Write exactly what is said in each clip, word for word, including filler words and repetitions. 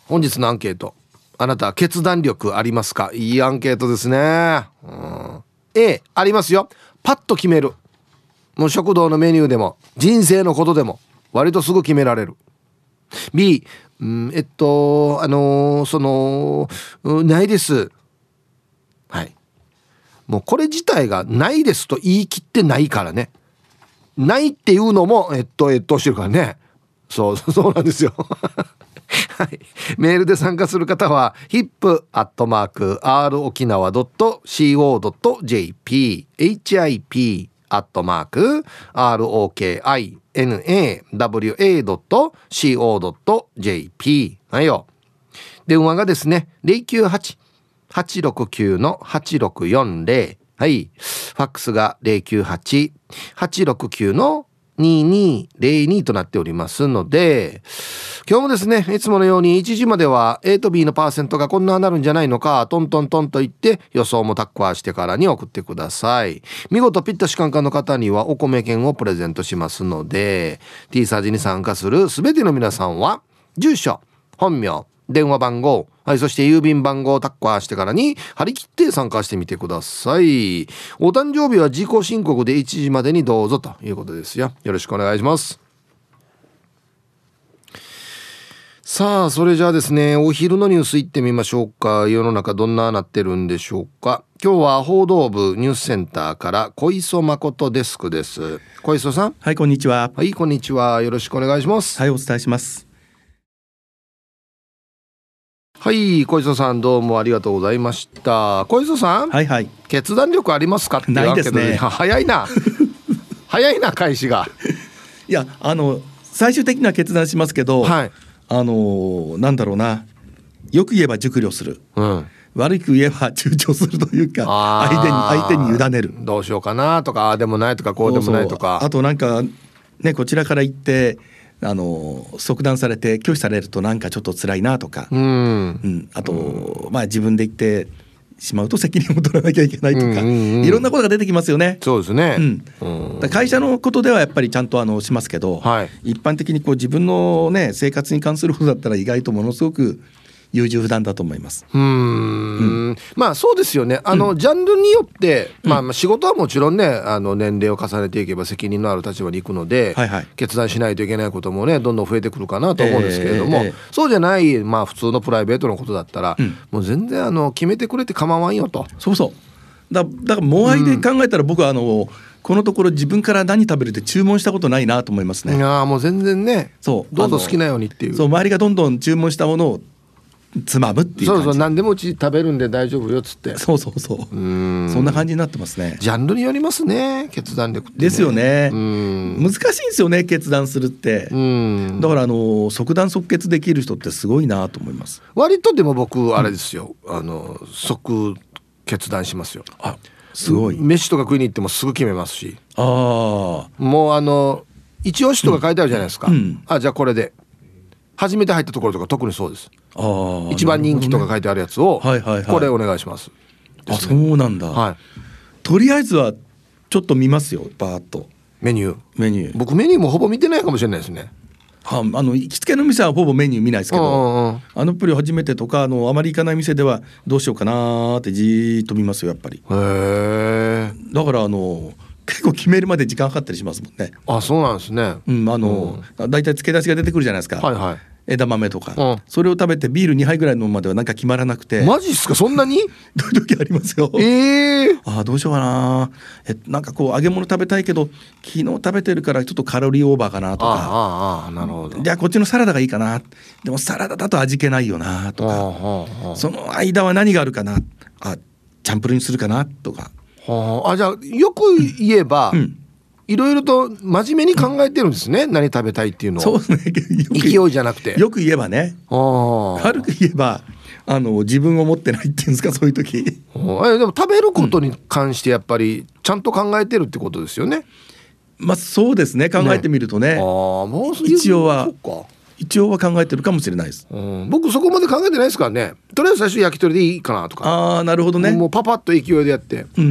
本日のアンケート、あなた決断力ありますか？いいアンケートですね。うん、A ありますよ。パッと決める。もう食堂のメニューでも人生のことでも割とすぐ決められる。 B、うん、えっとあのー、その、うん、ないです。はい、もうこれ自体がないですと言い切ってないからね。ないっていうのもえっとえっとしてるからね。そうそうなんですよはい、メールで参加する方は ヒップ アットマーク アール 沖縄 ドット シーオー ドット ジェーピー ヒップ アットマーク アール オーケーアイエヌエーダブリューエー ドット シーオー ドット ジェーピー はいよ。電話がですね ゼロきゅうはち はちろくきゅう はちろくよんゼロ、はい、ファックスが ゼロきゅうはち はちろくきゅう にーにーゼロに となっておりますので、今日もですねいつものようにいちじまでは A と B のパーセントがこんななるんじゃないのかトントントンと言って予想もタッカーしてからに送ってください。見事ピッタシカンカンの方にはお米券をプレゼントしますので、 T サージに参加するすべての皆さんは住所、本名、電話番号、はい、そして郵便番号をタッカーしてからに張り切って参加してみてください。お誕生日は自己申告でいちじまでにどうぞということですよ。よろしくお願いします。さあそれじゃあですね、お昼のニュース行ってみましょうか。世の中どんななってるんでしょうか。今日は報道部ニュースセンターから小磯誠デスクです。小磯さん。 はい、こんにちは。 はい、こんにちは。よろしくお願いします。 はい、お伝えします。 はい、小磯さんどうもありがとうございました。小磯さん、 はいはい、 決断力ありますかっていうわけで、 ないですね。 早いな早いな開始が。 いや、あの最終的には決断しますけど、 はい、 あのなんだろうな、よく言えば熟慮する、うん、悪く言えば躊躇するというか、相手に相手に委ねる、 どうしようかなとか、ああでもないとかこうでもないとか、 そうそう、あとなんかね、こちらから言ってあの即断されて拒否されるとなんかちょっと辛いなとか、うんうん、あと、うん、まあ自分で言ってしまうと責任を取らなきゃいけないとか、うんうんうん、いろんなことが出てきますよね。 そうですね、 うん、だ会社のことではやっぱりちゃんとあのしますけど、はい、一般的にこう自分の、ね、生活に関することだったら意外とものすごく優柔不断だと思います。 うーん、うん、まあそうですよね。あの、うん、ジャンルによって、まあ、仕事はもちろんね、あの年齢を重ねていけば責任のある立場に行くので、はいはい、決断しないといけないこともねどんどん増えてくるかなと思うんですけれども、えーえー、そうじゃない、まあ、普通のプライベートのことだったら、うん、もう全然あの決めてくれて構わんよと。 そうそうだ、だからモアイで考えたら、僕はあのこのところ自分から何食べるって注文したことないなと思いますね。 いやもう全然ね、 そうどうぞ好きなようにっていう、 そう周りがどんどん注文したものをつまむっていう感じ。 そうそう、何でもうち食べるんで大丈夫よっつって、 そうそうそう、うーん、そんな感じになってますね。 ジャンルによりますね、決断力って、ね、 ですよね。うん、難しいんですよね、決断するって。うん、だからあの即断即決できる人ってすごいなと思います。 割とでも僕あれですよ、うん、あの即決断しますよ。 あ、すごい。 飯とか食いに行ってもすぐ決めますし、 あ、 もうあの一押しとか書いてあるじゃないですか、うんうん、あ、じゃあこれで初めて入ったところとか特にそうです。あ、一番人気とか書いてあるやつを、はいはいはい、これお願いします、ね、 あ、そうなんだ、はい、とりあえずはちょっと見ますよ、バーッとメニュー。 メニュー僕メニューもほぼ見てないかもしれないですね。 はあ、あの行きつけの店はほぼメニュー見ないですけど、うんうん、あのプリ初めてとかあのあまり行かない店ではどうしようかなってじーっと見ますよ、やっぱり。へー、だからあの結構決めるまで時間かかったりしますもんね。 あ、そうなんですね。 うん、あの、うん、だいたい付け出しが出てくるじゃないですか、はいはい、枝豆とか、うん、それを食べてビールにはいぐらい飲むまではなんか決まらなくて。 マジっすか、そんなにどういう時ありますよ。えー、あ、どうしようかな、えなんかこう揚げ物食べたいけど昨日食べてるからちょっとカロリーオーバーかなとか、 ああ、なるほど、 じゃあこっちのサラダがいいかな、でもサラダだと味気ないよなとか、ああ、その間は何があるかな、あ、チャンプルーにするかなとか、 はあ、あ、じゃあよく言えば、うんうん、いろいろと真面目に考えてるんですね、うん、何食べたいっていうのを。 そうですね、 勢いじゃなくて。 よく言えばね、軽く言えばあの自分を持ってないっていうんですか、そういう時。えでも食べることに関してやっぱりちゃんと考えてるってことですよね、 うん、まあそうですね、考えてみると ね, ね、あ、もう一応は一応は考えてるかもしれないです、うん、 僕そこまで考えてないですからね。とりあえず最初焼き鳥でいいかなとか。 ああ、なるほどね。 もうパパッと勢いでやって、うん、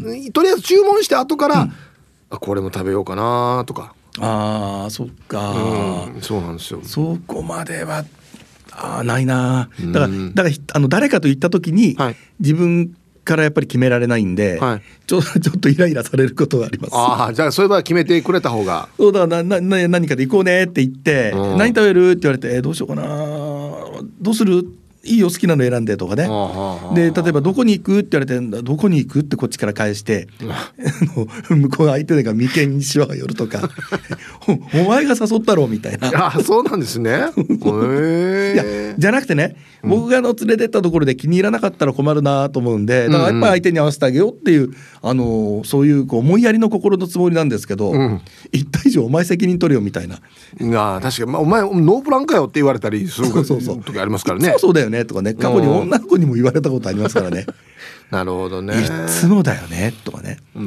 うん、とりあえず注文して後から、うん、あ、これも食べようかなとか。 ああ、そっか、 うん、そうなんですよ。 そこまではあーないな。だからだからあの誰かと言った時に、はい、自分からやっぱり決められないんで、はい、ちょ、ちょっとイライラされることがあります。 ああ、じゃあそういう場合は決めてくれた方が。 そうだな、なな何かで行こうねって言って、うん、何食べるって言われて、えー、どうしようかな、どうする、いいよ好きなの選んでとかね。で例えばどこに行くって言われて、どこに行くってこっちから返して向こう相手が眉間にしわが寄るとかお前が誘ったろみたいな。 あ、そうなんですね。へいやじゃなくてね、僕がの連れてったところで気に入らなかったら困るなと思うんで、だからやっぱり相手に合わせてあげようっていう、あのそういうこう思いやりの心のつもりなんですけど、うん、言った以上お前責任取れよみたいな。 あ、確かに、まあ、お前ノープランかよって言われたりする時ありますからね。 そうそうだよねとかね、過去に女の子にも言われたことありますからね。 なるほどね。 いつもだよねとかね、うん、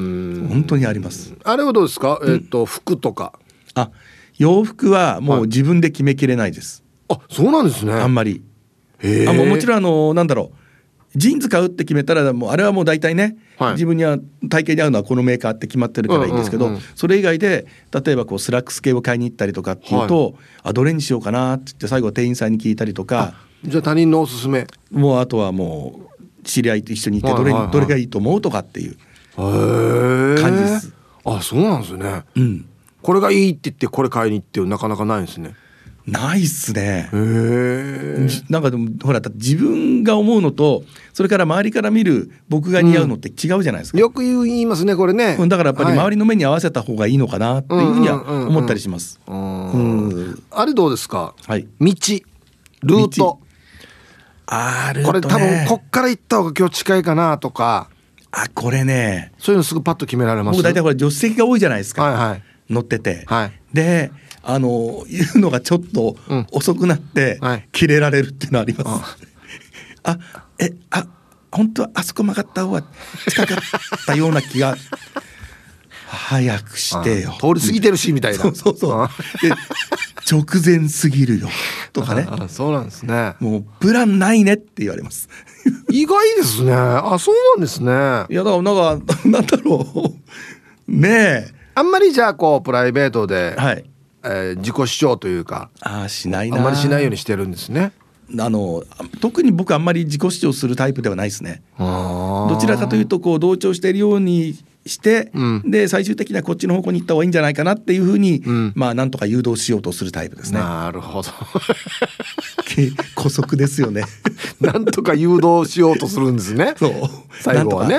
本当にあります。 あれはどうですか、えー、と服とか。 あ、洋服はもう自分で決めきれないです、 はい、あ、そうなんですね。 あんまり。あ、もうもちろんあのなんだろう、ジーンズ買うって決めたらもうあれはもう大体ね、はい、自分には体型に合うのはこのメーカーって決まってるからいいんですけど、うんうんうん、それ以外で例えばこうスラックス系を買いに行ったりとかっていうと、はい、あどれにしようかなって言って最後は店員さんに聞いたりとか。 じゃあ他人のおすすめ、 もうあとはもう知り合いと一緒にいてどれに、はいはいはい、どれがいいと思うとかっていう感じです。 あ、そうなんですね、 うん、 これがいいって言ってこれ買いに行ってなかなかないんですね。 ないっすね。 へー。 なんかでもほら自分が思うのとそれから周りから見る僕が似合うのって違うじゃないですか、 うん、よく言いますねこれね。 だからやっぱり周りの目に合わせた方がいいのかなっていうふうには思ったりします。 あれどうですか、 はい、 道ルート。 あルートね、 これ多分こっから行った方が今日近いかなとか。 あ、これね、 そういうのすぐパッと決められます。 僕大体ほら助手席が多いじゃないですか、 はいはい、 乗ってて、 はい、 であの言うのがちょっと遅くなって、うん、はい、キレられるっていうのはあります。あえあ本当はあそこ曲がった方が近かったような気が早くしてよ、 通り過ぎてるしみたいな。 そうそうそうで直前すぎるよとかね。 あ、そうなんですね。 もうプランないねって言われます。 意外ですね。あ、そうなんですね。 いやだからなんかなんだろうねえ、 あんまりじゃあこうプライベートで、はい、えー、自己主張というか、 あしないな、 あんまりしないようにしてるんですね。 あの特に僕あんまり自己主張するタイプではないですね。どちらかというとこう同調しているようにして、うん、で最終的にはこっちの方向に行った方がいいんじゃないかなっていうふうに、うん、まあなんとか誘導しようとするタイプですね。 なるほど。 姑息ですよね。 なんとか誘導しようとするんですね。 そう最後はね、 うん、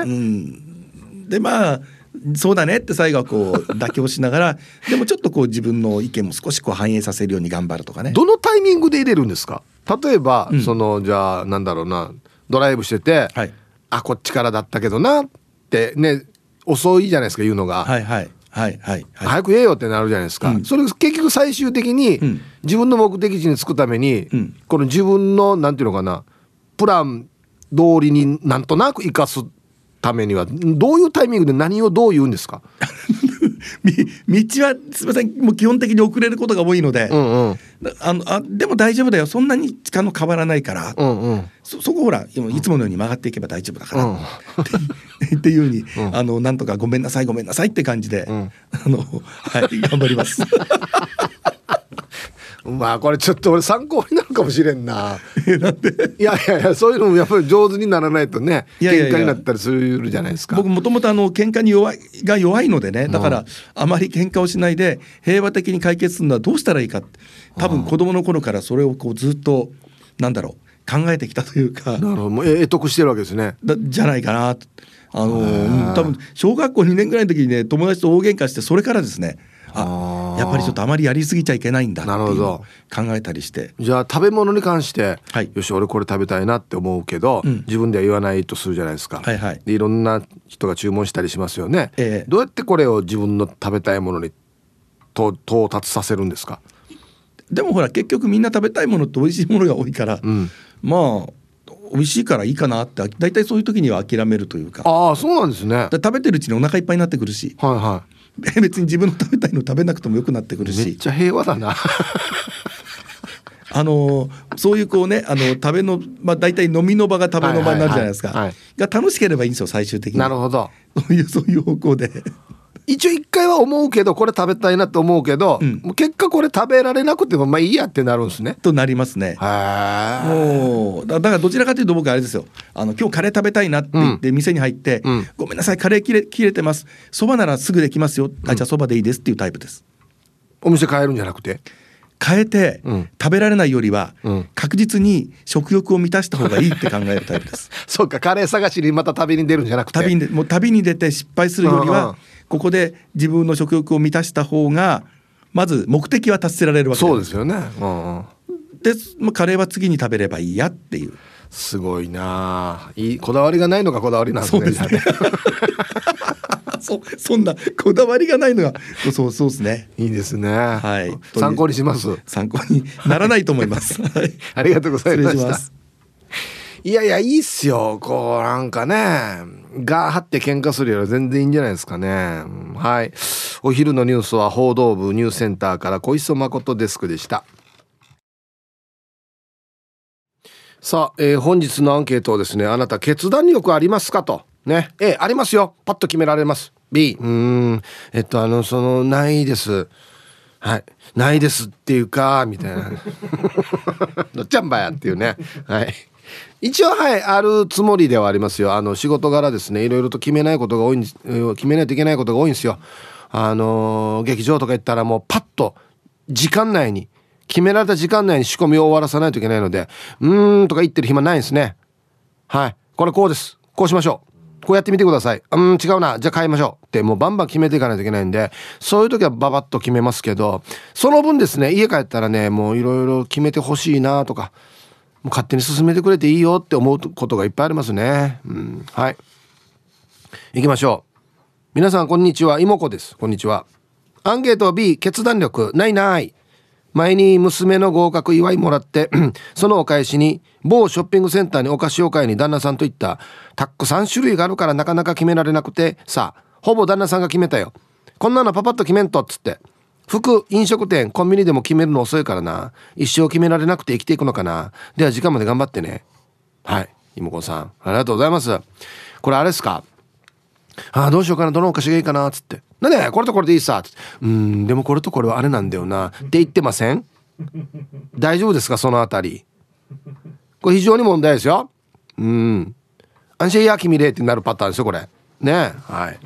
でまあそうだねって最後はこう妥協しながらでもちょっとこう自分の意見も少しこう反映させるように頑張るとかね。 どのタイミングで入れるんですか。例えば、うん、そのじゃあなんだろうな、ドライブしてて、はい、あこっちからだったけどなってね、遅いじゃないですか言うのが、 はいはいはいはい、 早く言えよってなるじゃないですか、うん、それ結局最終的に、うん、自分の目的地に着くために、うん、この自分のなんていうのかなプラン通りになんとなく生かすためにはどういうタイミングで何をどう言うんですか。道はすみませんもう基本的に遅れることが多いので、うんうん、あのあでも大丈夫だよそんなに時間の変わらないから、うんうん、そ, そこほらいつものように曲がっていけば大丈夫だから、うん、っていうふうに、うん、あのなんとかごめんなさいごめんなさいって感じで、うん、あのはい、頑張ります。 まあこれちょっと俺参考になるかもしれんな。 なんでいやいやいやそういうのもやっぱり上手にならないとね、いやいやいや喧嘩になったりするじゃないですか。 僕もともとあの喧嘩に弱いが弱いのでね、だからあまり喧嘩をしないで平和的に解決するのはどうしたらいいか、多分子供の頃からそれをこうずっとなんだろう考えてきたというか。 なるほど、もう得得してるわけですね。 だじゃないかなと。あのー、多分小学校にねんぐらいの時にね友達と大喧嘩してそれからですね、あやっぱりちょっとあまりやりすぎちゃいけないんだっていうのを考えたりして。 じゃあ食べ物に関して、はい、よし俺これ食べたいなって思うけど、うん、自分では言わないとするじゃないですか、はいはい、でいろんな人が注文したりしますよね、えー、どうやってこれを自分の食べたいものにと到達させるんですか。 でもほら結局みんな食べたいものって美味しいものが多いから、うん、まあ美味しいからいいかなってだいたいそういう時には諦めるというか。 ああそうなんですね。 食べてるうちにお腹いっぱいになってくるし、はいはい、別に自分の食べたいの食べなくてもよくなってくるし。 めっちゃ平和だな。 あのそういうこうねあの食べの、まあ、大体飲みの場が食べの場になるじゃないですか、はいはいはいはい、が楽しければいいんですよ最終的に。 なるほど。 そういうそういう方向で。 一応一回は思うけどこれ食べたいなと思うけど、うん、もう結果これ食べられなくてもまあいいやってなるんですね。 となりますね。もうだからどちらかというと僕あれですよ、あの今日カレー食べたいなって言って店に入って、うん、ごめんなさいカレー切れ、切れてます、そばならすぐできますよ、うん、あじゃあそばでいいですっていうタイプです。 お店変えるんじゃなくて変えて、うん、食べられないよりは、うん、確実に食欲を満たした方がいいって考えるタイプですそうか、カレー探しにまた旅に出るんじゃなくて、 旅にもう旅に出て失敗するよりは、うんうん、ここで自分の食欲を満たした方がまず目的は達せられるわけです。 そうですよね、うんうん、 でカレーは次に食べればいいやっていう。 すごいな、いいこだわりがないのがこだわりなんですね。そうですねそ, そんなこだわりがないのがそうそうですね。 いいですね、 はい、 参考にします。 参考にならないと思います、はい、 ありがとうございました。 失礼します。 いやいやいいっすよ、こうなんかねガー張って喧嘩するより全然いいんじゃないですかね。はい、お昼のニュースは報道部ニュースセンターから小磯誠デスクでした。さあ、えー、本日のアンケートをですね、あなた決断力ありますかとね。 A ありますよ、パッと決められます。 B うーんえっとあのそのないです、はいないですっていうかみたいなどっちゃんばやっていうね。はい一応はいあるつもりではありますよ。あの仕事柄ですね、いろいろと決めないことが多いんです、決めないといけないことが多いんですよ。あの劇場とか行ったらもうパッと時間内に決められた時間内に仕込みを終わらさないといけないので、うーんとか言ってる暇ないんですね。はいこれこうです、こうしましょう、こうやってみてください、うーん違うなじゃあ変えましょうってもうバンバン決めていかないといけないんで、そういう時はババッと決めますけど、その分ですね家帰ったらねもういろいろ決めてほしいなとか、もう勝手に進めてくれていいよって思うことがいっぱいありますね。うん、はい行きましょう。皆さんこんにちは、いもこです。こんにちは。アンケート B 決断力ないない。前に娘の合格祝いもらってそのお返しに某ショッピングセンターにお菓子を買いに旦那さんと行った。たくさん種類があるからなかなか決められなくて、さあほぼ旦那さんが決めたよ。こんなのパパッと決めんとっつって。服、飲食店、コンビニでも決めるの遅いからな。一生決められなくて生きていくのかな。では時間まで頑張ってね。はい、妹子さんありがとうございます。これあれですか、ああどうしようかな、どのお菓子がいいかなっつって、なんでこれとこれでいいさっつって、うーんでもこれとこれはあれなんだよなって言ってません？大丈夫ですかそのあたり。これ非常に問題ですよ。うん安心や君れってなるパターンですよこれね。はい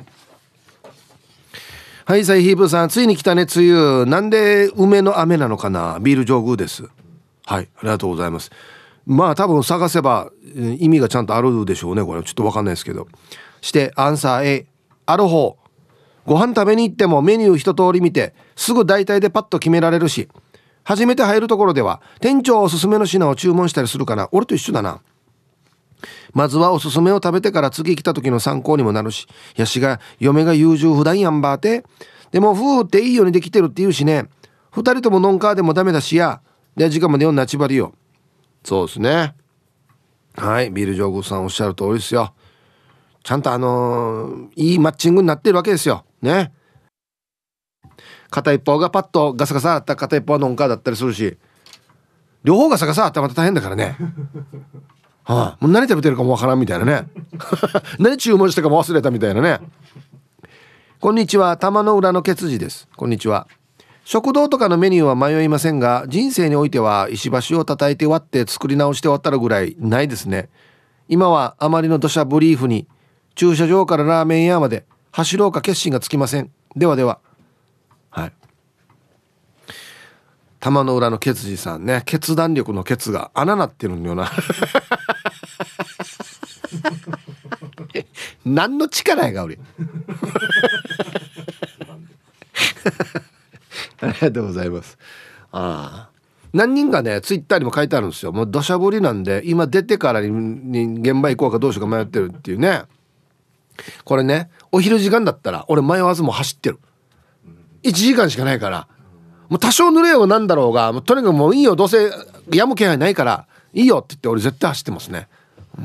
はい、サイヒーブさんついに来たね梅雨、なんで梅の雨なのかな。ビール上宮です。はい、ありがとうございます。まあ多分探せば意味がちゃんとあるでしょうね。これちょっと分かんないですけど。してアンサー A ある方。ご飯食べに行ってもメニュー一通り見てすぐ大体でパッと決められるし、初めて入るところでは店長おすすめの品を注文したりするから俺と一緒だな。まずはおすすめを食べてから次来た時の参考にもなるし、やしが嫁が優柔不断やんばーて、でも夫婦っていいようにできてるって言うしね、二人ともノンカーでもダメだしや、で時間までよんなちばりよ。そうですね。はい、ビール上宮さんおっしゃる通りですよ。ちゃんとあのー、いいマッチングになってるわけですよね。片一方がパッとガサガサあった片一方はノンカーだったりするし、両方ガサガサあったらまた大変だからね。はあ、もう何食べてるかもわからんみたいなね何注文したかも忘れたみたいなね。こんにちは、玉の裏のケツジです。こんにちは。食堂とかのメニューは迷いませんが、人生においては石橋を叩いて割って作り直して終わったらぐらいないですね。今はあまりの土砂ブリーフに駐車場からラーメン屋まで走ろうか決心がつきません。ではでは。はい、玉の裏のケツジさんね、決断力のケツが穴なってるんだよな何の力やが俺ありがとうございます。ああ、何人かねツイッターにも書いてあるんですよ。もう土砂降りなんで今出てからにに現場行こうかどうしようか迷ってるっていうね。これねお昼時間だったら俺迷わずも走ってる。いちじかんしかないからもう多少濡れようなんだろうがもうとにかくもういいよ、どうせやむ気配ないからいいよって言って俺絶対走ってますね。うん、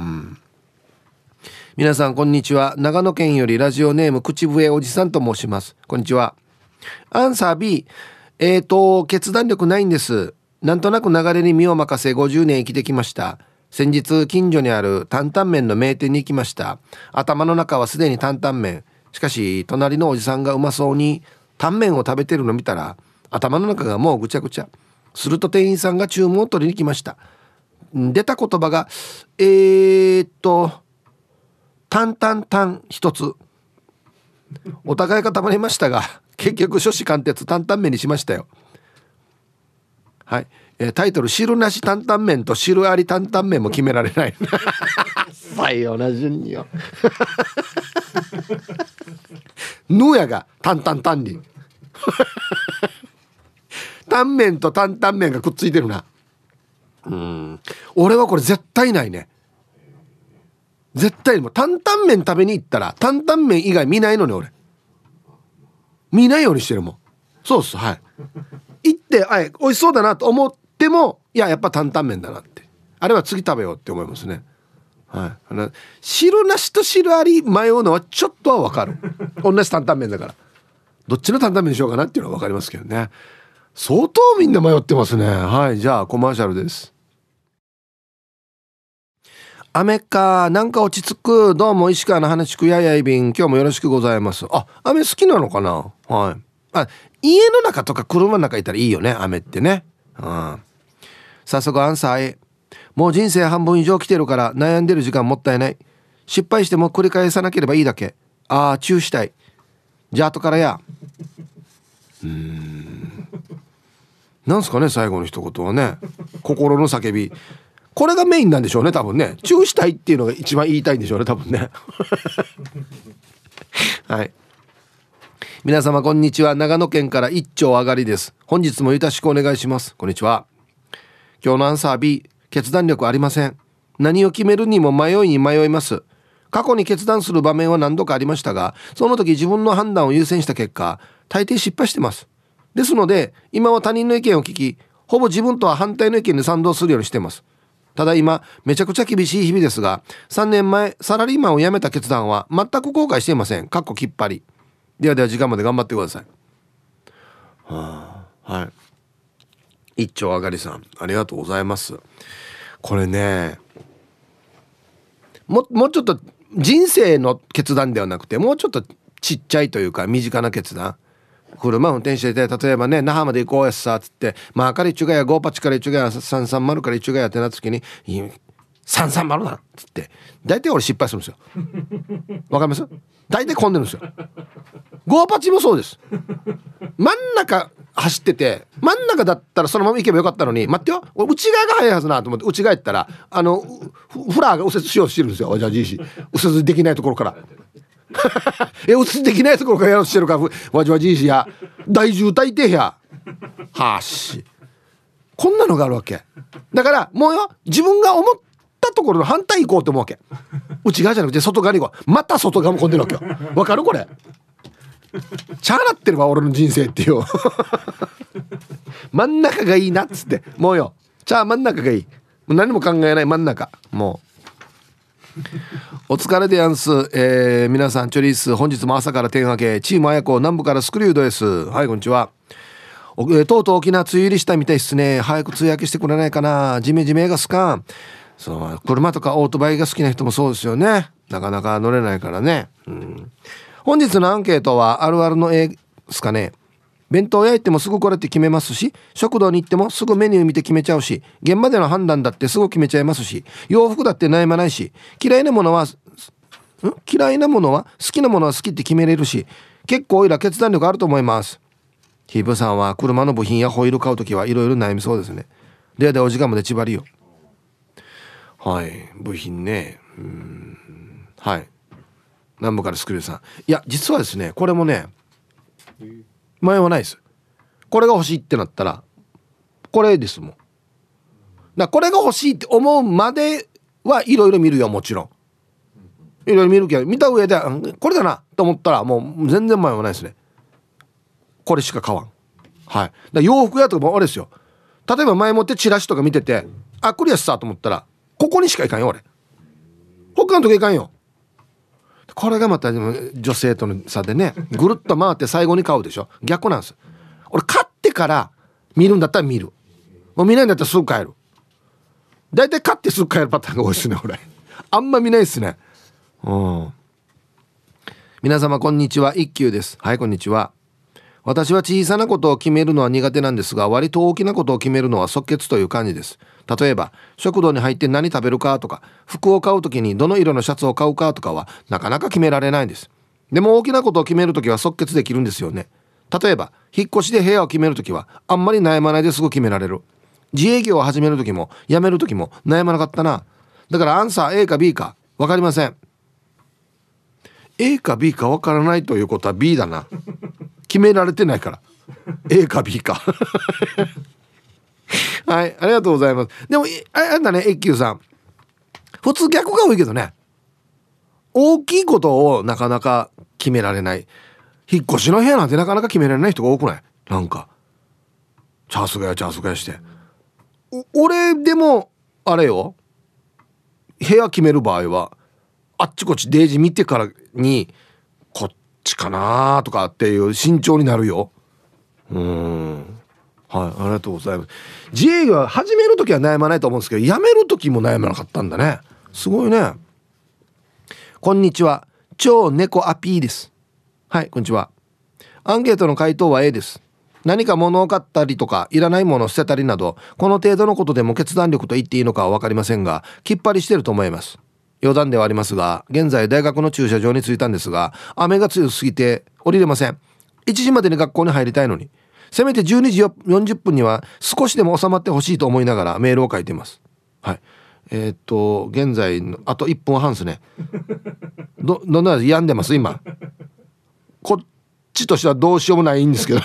皆さんこんにちは。長野県よりラジオネーム口笛おじさんと申します。こんにちは。アンサー B。 えーと決断力ないんです。なんとなく流れに身を任せごじゅうねん生きてきました。先日近所にある担々麺の名店に行きました。頭の中はすでに担々麺、 しかし隣のおじさんがうまそうにタンメンを食べてるの見たら頭の中がもうぐちゃぐちゃ。すると店員さんが注文を取りに来ました。出た言葉がえーっとタンタンタン一つ。お互い固まりましたが結局初子貫徹担々麺にしましたよ。はい、えー、タイトル汁なし担々麺と汁あり担々麺も決められないさよな順によぬやが担々担にタンメンと担々麺がくっついてるな。うーん、俺はこれ絶対ないね。絶対もう担々麺食べに行ったら担々麺以外見ないのね。俺見ないようにしてるもん。そうっす。はい、行ってあい美味しそうだなと思ってもいややっぱ担々麺だなって、あれは次食べようって思いますね。はい、あの汁なしと汁あり迷うのはちょっとは分かる同じ担々麺だからどっちの担々麺にしようかなっていうのは分かりますけどね。相当みんな迷ってますね。はい、じゃあコマーシャルです。雨かなんか落ち着く。どうも石川の花地区ややいびん、今日もよろしくございます。あ、雨好きなのかな。はい、あ、家の中とか車の中いたらいいよね雨ってね。うん、早速アンサー A。 もう人生半分以上来てるから悩んでる時間もったいない。失敗しても繰り返さなければいいだけ。ああチューしたい。じゃあ後からや。うーん、なんすかね最後の一言はね。心の叫び、これがメインなんでしょうね多分ね。チューしたいっていうのが一番言いたいんでしょうね多分ねはい、皆様こんにちは。長野県から一丁上がりです。本日もよろしくお願いします。こんにちは。今日のアンサー B。 決断力ありません。何を決めるにも迷いに迷います。過去に決断する場面は何度かありましたが、その時自分の判断を優先した結果大抵失敗してます。ですので今は他人の意見を聞き、ほぼ自分とは反対の意見に賛同するようにしています。ただ今めちゃくちゃ厳しい日々ですが、さんねんまえサラリーマンを辞めた決断は全く後悔していません。かっこきっぱり。ではでは時間まで頑張ってください。はあ、はい、一丁あがりさんありがとうございます。これね、も, もうちょっと人生の決断ではなくてもうちょっとちっちゃいというか身近な決断。車運転してて例えばね那覇まで行こうやさっつってまあから一がやごじゅうはちから一がやさんさんまるから一がやってなった時にさんさんまるだっつって大体俺失敗するんですよ。わかります？大体混んでるんですよ。ごじゅうはちもそうです。真ん中走ってて真ん中だったらそのまま行けばよかったのに、待ってよ内側が速いはずなと思って内側行ったらあのフラーが右折しようとしてるんですよ。じゃあじいし右折できないところからえ右折できないところからやろうとしてるからわじわじいしや大渋滞てやはしこんなのがあるわけだからもうよ自分が思ったところの反対行こうと思うわけ。内側じゃなくて外側に行こう。また外側も混んでるわけよ。わかるこれチャーなってるわ俺の人生っていう真ん中がいいなっつってもうよチャー真ん中がいい。もう何も考えない真ん中もうお疲れでやんす、えー、皆さんチョリース本日も朝から天上げチームあやこ南部からスクリュードです。はいこんにちは。えー、とうとう沖縄梅雨入りしたみたいっすね。早く梅雨明けしてくれないかな。ジメジメがすかん。そう車とかオートバイが好きな人もそうですよね。なかなか乗れないからね。うん、本日のアンケートはあるあるの絵ですかね。弁当焼いてもすぐこれって決めますし、食堂に行ってもすぐメニュー見て決めちゃうし、現場での判断だってすぐ決めちゃいますし、洋服だって悩まないし、嫌いなものはん嫌いなものは好きなものは好きって決めれるし、結構いら決断力あると思います。ヒブさんは車の部品やホイール買うときはいろいろ悩みそうですね。ではではお時間まで縛りよ。はい部品ね。うーんはい南部からスクリューさん、いや実はですねこれもね迷わないです。これが欲しいってなったらこれですもん。だこれが欲しいって思うまではいろいろ見るよ。もちろんいろいろ見るけど見た上でこれだなと思ったらもう全然迷わないですね。これしか買わん。はいだ洋服屋とかもあれですよ。例えば前もってチラシとか見ててあクリアしたと思ったらここにしか行かんよ俺。他のとこ行かんよ。これがまた女性との差でねぐるっと回って最後に買うでしょ。逆なんです。俺買ってから見るんだったら見る。もう見ないんだったらすぐ帰る。だいたい買ってすぐ帰るパターンが多いですね俺。あんま見ないですね。うん皆様こんにちは、一休です。はい、こんにちは。私は小さなことを決めるのは苦手なんですが、割と大きなことを決めるのは即決という感じです。例えば食堂に入って何食べるかとか、服を買うときにどの色のシャツを買うかとかはなかなか決められないんです。でも大きなことを決めるときは即決できるんですよね。例えば引っ越しで部屋を決めるときはあんまり悩まないですぐ決められる。自営業を始めるときも辞めるときも悩まなかったな。だからアンサー A か B か分かりません。 A か B か分からないということは B だな。決められてないから A か B かはい、ありがとうございます。でもあれだね、一休さん、普通逆が多いけどね。大きいことをなかなか決められない、引っ越しの部屋なんてなかなか決められない人が多くない？なんかチャースがやチャースがやして、俺でもあれよ、部屋決める場合はあっちこっちデージ見てからにこっちかなとかっていう慎重になるよ。うーん、はい、ありがとうございます。自営業始めるときは悩まないと思うんですけど、辞めるときも悩まなかったんだね。すごいね。こんにちは、超猫アピーです。はい、こんにちは。アンケートの回答は A です。何か物を買ったりとかいらないものを捨てたりなど、この程度のことでも決断力と言っていいのかは分かりませんが、きっぱりしてると思います。余談ではありますが、現在大学の駐車場に着いたんですが、雨が強すぎて降りれません。いちじまでに学校に入りたいのに、せめてじゅうにじよんじゅっぷんには少しでも収まってほしいと思いながらメールを書いています。はい、えー、っと現在のあといっぷんはんですね。どどんな病んでます今。こっちとしてはどうしようもないんですけど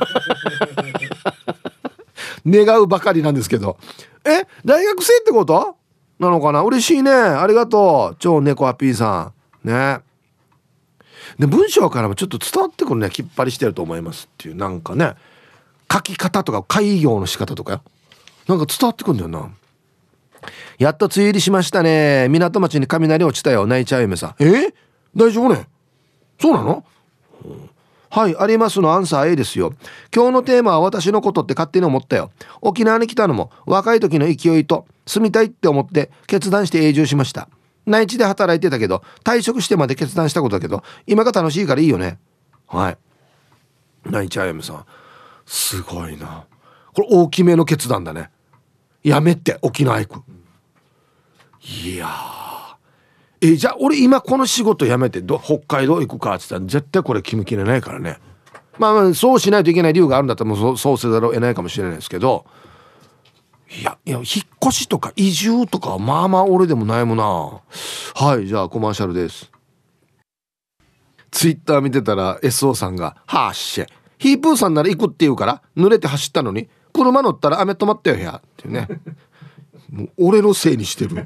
願うばかりなんですけど、え大学生ってことなのかな。嬉しいね、ありがとう、超猫アピーさんね。で文章からもちょっと伝わってくるね、きっぱりしてると思いますっていう、なんかね、書き方とか開業の仕方とかなんか伝わってくるんだよな。やっと梅雨入りしましたね。港町に雷落ちたよ、泣いちゃう夢さん。え大丈夫ね。そうなの、うん、はい、ありますのアンサー A ですよ。今日のテーマは私のことって勝手に思ったよ。沖縄に来たのも若い時の勢いと住みたいって思って決断して永住しました。内地で働いてたけど退職してまで決断したことだけど今が楽しいからいいよね。はい、内地あやめさん、すごいな。これ大きめの決断だね。やめて沖縄行く。いやー、えじゃあ俺今この仕事辞めてど北海道行くかって言ったら絶対これ決めきれないからね。まあまあそうしないといけない理由があるんだったらもう そう、そうせざるを得ないかもしれないですけど、いやいや引っ越しとか移住とかはまあまあ俺でも悩むな。はい、じゃあコマーシャルです。ツイッター見てたら エスオー さんがはっしゃヒープーさんなら行くって言うから濡れて走ったのに車乗ったら雨止まったよやっていうね。もう俺のせいにしてる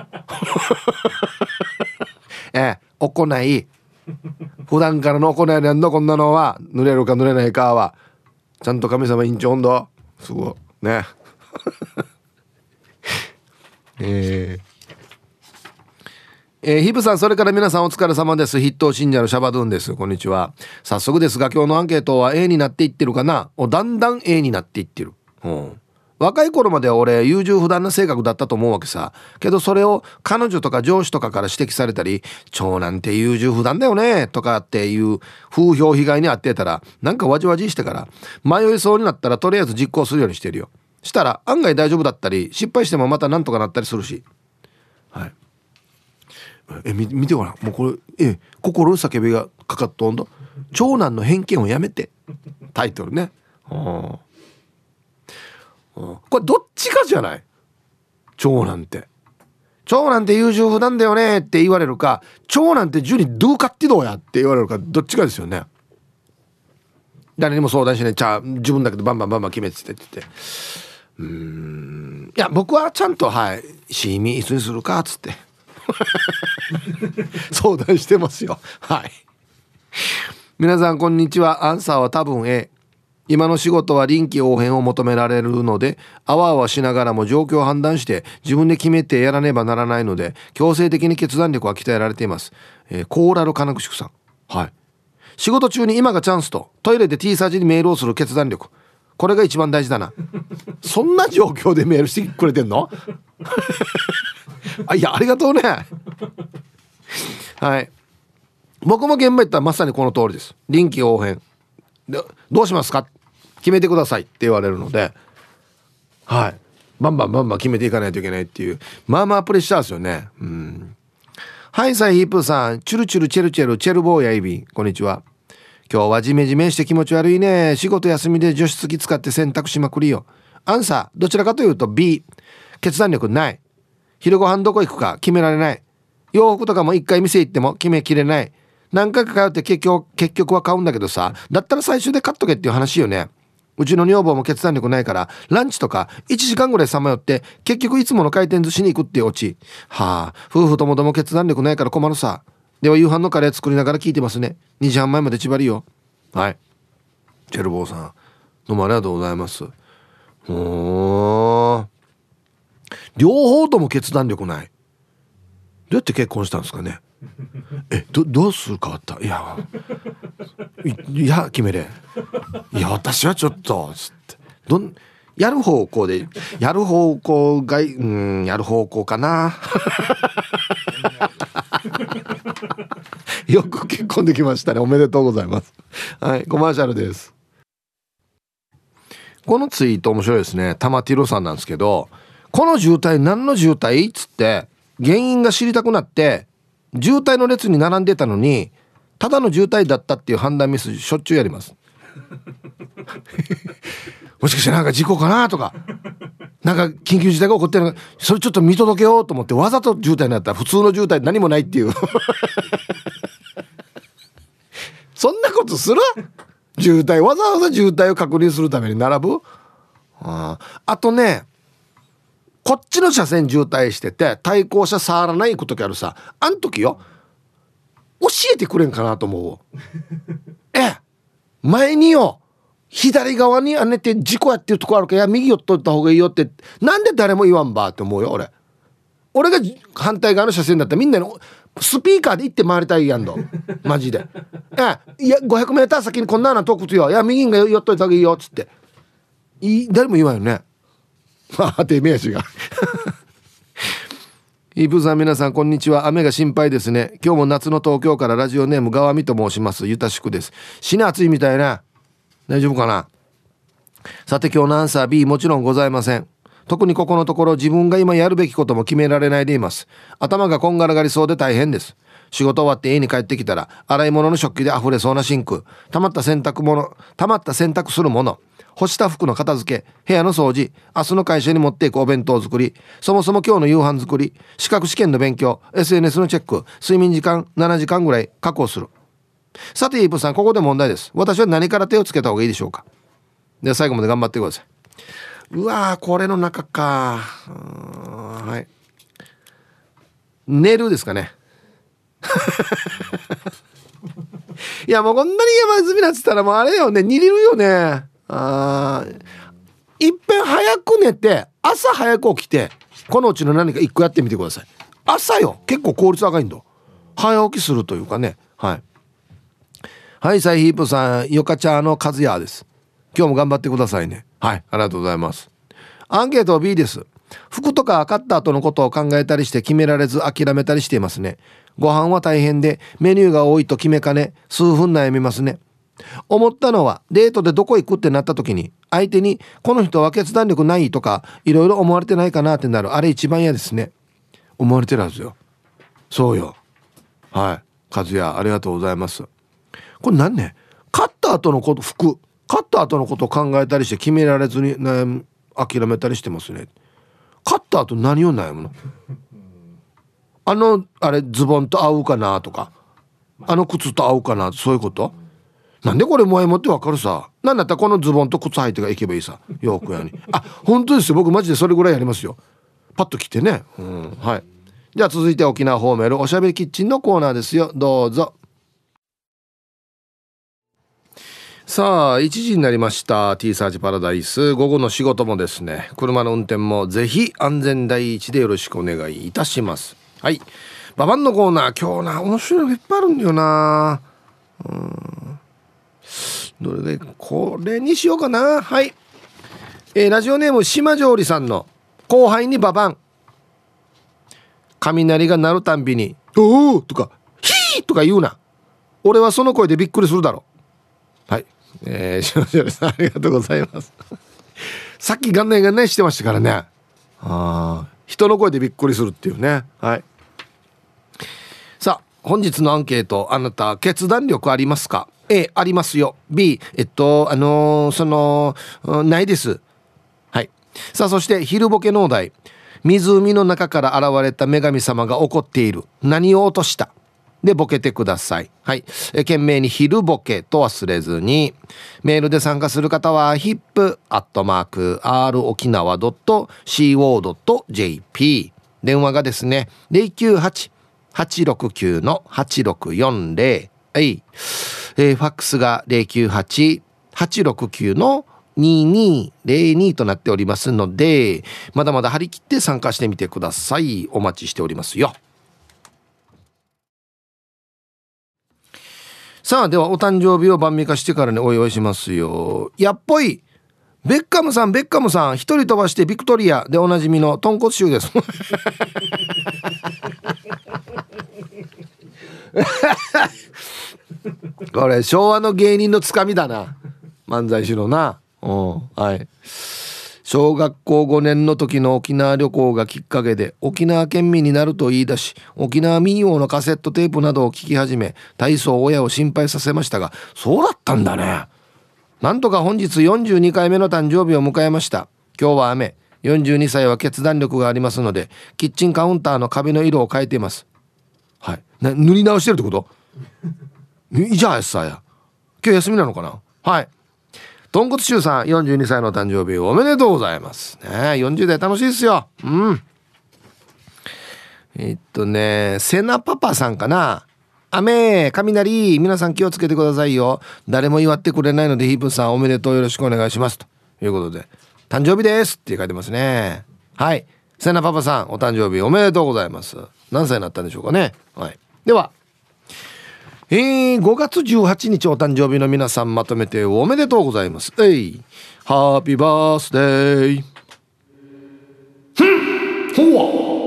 ええ、行い普段からの行いなんだこんなのは。濡れるか濡れないかはちゃんと神様院長温度すごいねえーえー、ヒブさん、それから皆さんお疲れ様です。筆頭信者のシャバドゥンです。こんにちは。早速ですが今日のアンケートは A になっていってるかな。おだんだん A になっていってる、うん、若い頃までは俺優柔不断な性格だったと思うわけさ。けどそれを彼女とか上司とかから指摘されたり、長男って優柔不断だよねとかっていう風評被害に遭ってたらなんかわじわじしてから迷いそうになったらとりあえず実行するようにしてるよ。したら案外大丈夫だったり失敗してもまたなんとかなったりするし。はい、え 見, 見てごらん、もうこれえ心の叫びがかかった温度、長男の偏見をやめてタイトルね。はあ、はあ、これどっちかじゃない。長男って長男って優柔不断だよねって言われるか、長男ってジュニドゥーカッティドーやって言われるか、どっちかですよね。誰にも相談しない、ちゃ自分だけでバンバンバンバン決めてって言って、うーん、いや僕はちゃんとはいシーミーいつにするかっつって相談してますよ。はい、皆さんこんにちは。アンサーは多分 A。 今の仕事は臨機応変を求められるのであわあわしながらも状況を判断して自分で決めてやらねばならないので強制的に決断力は鍛えられています。えー、コーラル金串さん、はい、仕事中に今がチャンスとトイレで T サージにメールをする決断力、これが一番大事だな。そんな状況でメールしてくれてんのあ、いやありがとうねはい、 僕も現場行ったらまさにこの通りです。臨機応変で、どうしますか決めてくださいって言われるので、はい、バンバンバンバン決めていかないといけないっていう、まあまあプレッシャーですよね。うん。はい、サイヒープーさん、チュルチュルチェルチェルチェルボーヤイビー、こんにちは。今日はジメジメして気持ち悪いね。仕事休みで除湿機使って洗濯しまくりよ。アンサー、どちらかというと B。 決断力ない。昼ご飯どこ行くか決められない。洋服とかも一回店行っても決めきれない。何回か通って結局結局は買うんだけどさ、だったら最終で買っとけっていう話よね。うちの女房も決断力ないからランチとかいちじかんぐらいさまよって結局いつもの回転寿司に行くっていうオチ。はあ、夫婦ともども決断力ないから困るさ。では夕飯のカレー作りながら聞いてますね。にじはんまえまで縛りよ。はい、チェルボーさん、どうもありがとうございます。ほー、両方とも決断力ない。どうやって結婚したんですかね。え、ど, どうするかわった。いやい, いや決めれ。いや私はちょっとつってどんやる方向でやる方向がうんやる方向かな。よく結婚できましたね。おめでとうございます。はい、コマーシャルです。このツイート面白いですね。玉ティロさんなんですけど、この渋滞何の渋滞っつって原因が知りたくなって渋滞の列に並んでたのにただの渋滞だったっていう判断ミスしょっちゅうやります。もしかしてなんか事故かなとか、なんか緊急事態が起こってるのか、それちょっと見届けようと思ってわざと渋滞になったら普通の渋滞何もないっていうそんなことする？渋滞わざわざ渋滞を確認するために並ぶ？あ, あとね、こっちの車線渋滞してて対向車触らない行く時あるさ。あん時よ教えてくれんかなと思う。え前によ左側にあねて事故やってるとこあるから、いや右寄っといた方がいいよって、なんで誰も言わんばって思うよ。俺俺が反対側の車線だったらみんなのスピーカーで行って回りたいやんどマジで。えいや ごひゃくメーター 先にこんなの遠くつよ、いや右が寄っといた方がいいよっつってい誰も言わんよね。まあてめえしがイブさん、皆さんこんにちは。雨が心配ですね。今日も夏の東京からラジオネーム川見と申します。ゆたしくです。死に暑いみたいな。大丈夫かな。さて今日のアンサー B、 もちろんございません。特にここのところ自分が今やるべきことも決められないでいます。頭がこんがらがりそうで大変です。仕事終わって家に帰ってきたら洗い物の食器で溢れそうなシンク、溜まった洗濯物、溜まった洗濯するもの、干した服の片付け、部屋の掃除、明日の会社に持っていくお弁当作り、そもそも今日の夕飯作り、資格試験の勉強、 エスエヌエス のチェック、睡眠時間ななじかんぐらい確保する。さてイープさん、ここで問題です。私は何から手をつけた方がいいでしょうか。では最後まで頑張ってください。うわー、これの中か。はい、寝るですかね。いやもうこんなに山積みなってたらもうあれよね、煮れるよね。あいっぺん早く寝て朝早く起きてこのうちの何か一個やってみてください。朝よ結構効率高いんだ。早起きするというかね。はいはい、サイヒープさん、ヨカチャーのカズヤです。今日も頑張ってくださいね。はい、ありがとうございます。アンケートは B です。服とか買った後のことを考えたりして決められず諦めたりしていますね。ご飯は大変でメニューが多いと決めかね数分悩みますね。思ったのはデートでどこ行くってなった時に相手にこの人は決断力ないとかいろいろ思われてないかなってなる、あれ一番嫌ですね。思われてるはずよ。そうよ。はい、カズヤありがとうございます。これ何ね、買った後のこと、服買った後のことを考えたりして決められずに悩む、諦めたりしてますね。買った後何を悩むの？あのあれズボンと合うかなとか、あの靴と合うかな、そういうこと。なんでこれ前もってわかるさ。なんだったらこのズボンと靴履いてが行けばいいさ、洋服屋に。あ、本当ですよ、僕マジでそれぐらいやりますよ。パッと着てね、うん、はい。じゃあ続いて沖縄ホーメルおしゃべりキッチンのコーナーですよ、どうぞ。さあいちじになりました。 T サージパラダイス、午後の仕事もですね、車の運転もぜひ安全第一でよろしくお願いいたします。はい、ババンのコーナー、今日な面白いのいっぱいあるんだよな。うーん、どれでこれにしようかな。はい、えー、ラジオネーム島上里さんの後輩にババン。雷が鳴るたんびにおーとかヒーとか言うな。 俺はその声でびっくりするだろう。はい、えー、しおしおさんありがとうございます。さっき元年元年してましたからね。あ、人の声でびっくりするっていうね。はい。さあ本日のアンケート、あなた決断力ありますか？ A ありますよ。 B えっとあのー、そのないです。はい。さあそして昼ボケ農大、湖の中から現れた女神様が怒っている、何を落としたでボケてください。はい。え懸命に昼ボケと忘れずに。メールで参加する方は ヒップ アットマーク アール 沖縄 ドット シーオー ドット ジェーピー。 電話がですね ゼロきゅうはち はちろくきゅう はちろくよんゼロ。はい。えー、ファックスが ゼロきゅうはち はちろくきゅう ににゼロにとなっておりますので、まだまだ張り切って参加してみてください。お待ちしておりますよ。さあではお誕生日を晩御飯してからにお祝いしますよ。やっぽいベッカムさん、ベッカムさん、一人飛ばしてビクトリアでおなじみの豚骨臭ですこれ昭和の芸人のつかみだな、漫才師のな。うん、はい。小学校ごねんの時の沖縄旅行がきっかけで沖縄県民になると言い出し、沖縄民謡のカセットテープなどを聞き始め、大層親を心配させましたが、そうだったんだね。なんとか本日よんじゅうにかいめの誕生日を迎えました。今日は雨、よんじゅうにさいは決断力がありますので、キッチンカウンターの壁の色を変えています。はい。な塗り直してるってこと？いいじゃあやさや。今日休みなのかな。はい。豚骨臭さん、よんじゅうにさいの誕生日おめでとうございますね。よんじゅう代楽しいですよ。うん。えっとね、セナパパさんかな。雨、雷、皆さん気をつけてくださいよ。誰も祝ってくれないのでヒープさんおめでとうよろしくお願いしますということで、誕生日ですって書いてますね。はい。セナパパさん、お誕生日おめでとうございます。何歳になったんでしょうかね。はい。では。えー、ごがつじゅうはちにちお誕生日の皆さんまとめておめでとうございます。えい、ハッピーバースデー。ふんほわ。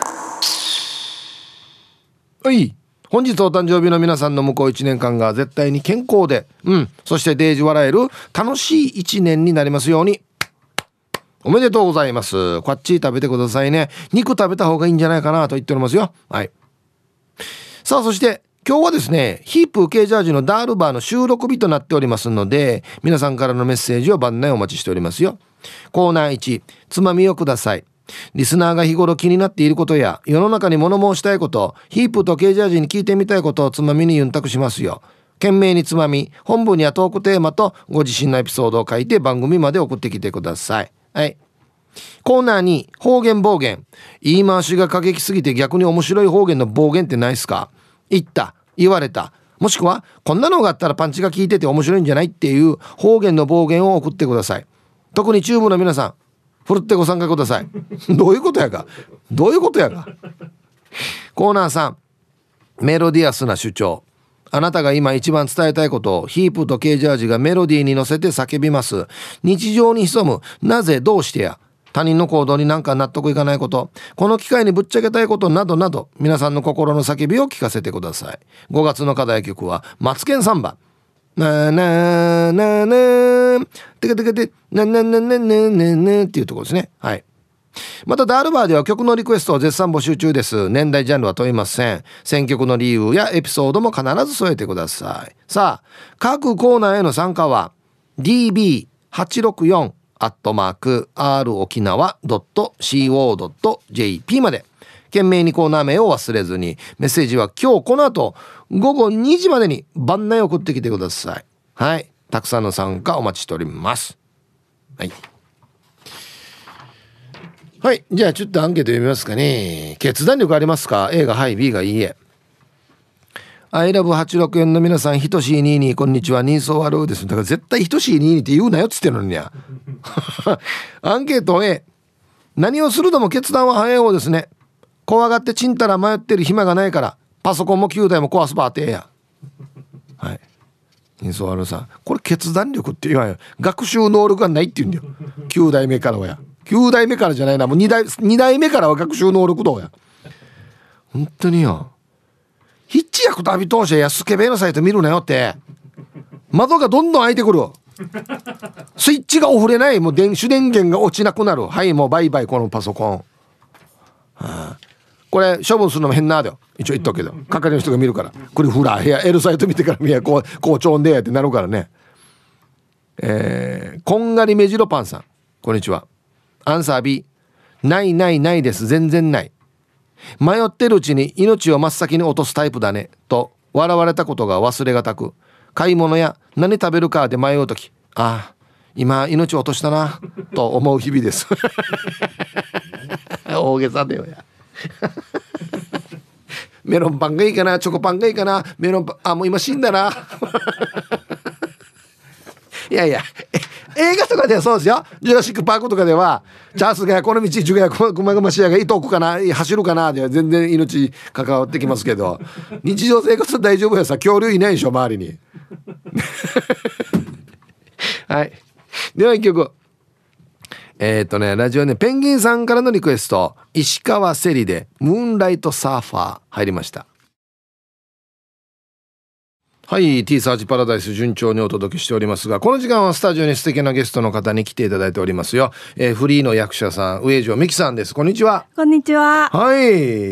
はい。本日お誕生日の皆さんの向こういちねんかんが絶対に健康で、うん、そしてデージ笑える楽しいいちねんになりますように。おめでとうございます。こっち食べてくださいね。肉食べた方がいいんじゃないかなと言っておりますよ。はい。さあそして今日はですね、ヒープ K ジャージのダールバーの収録日となっておりますので、皆さんからのメッセージを番内お待ちしておりますよ。コーナーいち、つまみをください。リスナーが日頃気になっていることや世の中に物申したいこと、ヒープと K ジャージに聞いてみたいことをつまみにユンタクしますよ。懸命につまみ、本文にはトークテーマとご自身のエピソードを書いて番組まで送ってきてください。はい。コーナーに方言暴言、言い回しが過激すぎて逆に面白い方言の暴言ってないですか？言った、言われた、もしくはこんなのがあったらパンチが効いてて面白いんじゃないっていう方言の暴言を送ってください。特にチューブの皆さん、ふるってご参加くださいどういうことやかどういうことやか。コーナーさん、メロディアスな主張、あなたが今一番伝えたいことをヒープと K ジャージがメロディーに乗せて叫びます。日常に潜むなぜどうしてや他人の行動になんか納得いかないこと、この機会にぶっちゃけたいことなどなど、皆さんの心の叫びを聞かせてください。ごがつの課題曲はマツケンサンバ、なーなーなーなーてけてけてなななななななっていうところですね。はい。またダールバーでは曲のリクエストを絶賛募集中です。年代ジャンルは問いません。選曲の理由やエピソードも必ず添えてください。さあ各コーナーへの参加は ディービーはちろくよんアットマーク アール 沖縄 ドット シーオー ドット ジェーピー まで。懸命にコーナー名を忘れずに、メッセージは今日この後ごごにじまでに番内送ってきてください。はい。たくさんの参加お待ちしております。はい。はい。じゃあちょっとアンケート読みますかね。決断力ありますか？ A がはい、B がいいえ。アイラブはちろくよんの皆さん、ひとしいにいにこんにちは、人相悪です。だから絶対ひとしいにいにって言うなよっつってんのにやアンケート A、 何をするのも決断は早い方ですね。怖がってちんたら迷ってる暇がないからパソコンもきゅうだいも壊すばってえや。はい。人相悪さん、これ決断力って言わんよ、学習能力がないって言うんだよきゅうだいめからはや、きゅうだいめからじゃないな、もうにだい、にだいめからは学習能力どうや。本当によ、 ヒッチ役とアビ通してやスケベのサイト見るなよって。窓がどんどん開いてくる。スイッチがオフれない。もう電主電源が落ちなくなる。はい、もうバイバイこのパソコン、はあ、これ処分するのも変なだよ。一応言っとくけど係の人が見るから、これフラー部屋 L サイト見てから見やこうこうちょんでやってなるからね。えー、こんがりめじろパンさん、こんにちは。アンサー B。 ないないないです。全然ない。迷ってるうちに命を真っ先に落とすタイプだねと笑われたことが忘れがたく、買い物や何食べるかで迷うとき、ああ今命を落としたなと思う日々です大げさだよやメロンパンがいいかな、チョコパンがいいかな、メロンパン、あもう今死んだないやいや映画とかではそうですよ。ジュラシックパークとかではチャースがこの道ジュガやこまごましやがいとくかな走るかなでは全然命関わってきますけど、日常生活は大丈夫やさ。恐竜いないでしょ周りにはい、では一曲。えっとねラジオねペンギンさんからのリクエスト、石川せりでムーンライトサーファー入りました。はい、 T サーチパラダイス順調にお届けしておりますが、この時間はスタジオに素敵なゲストの方に来ていただいておりますよ。えー、フリーの役者さん上条美希さんです。こんにちは。 こんにちは。 はい、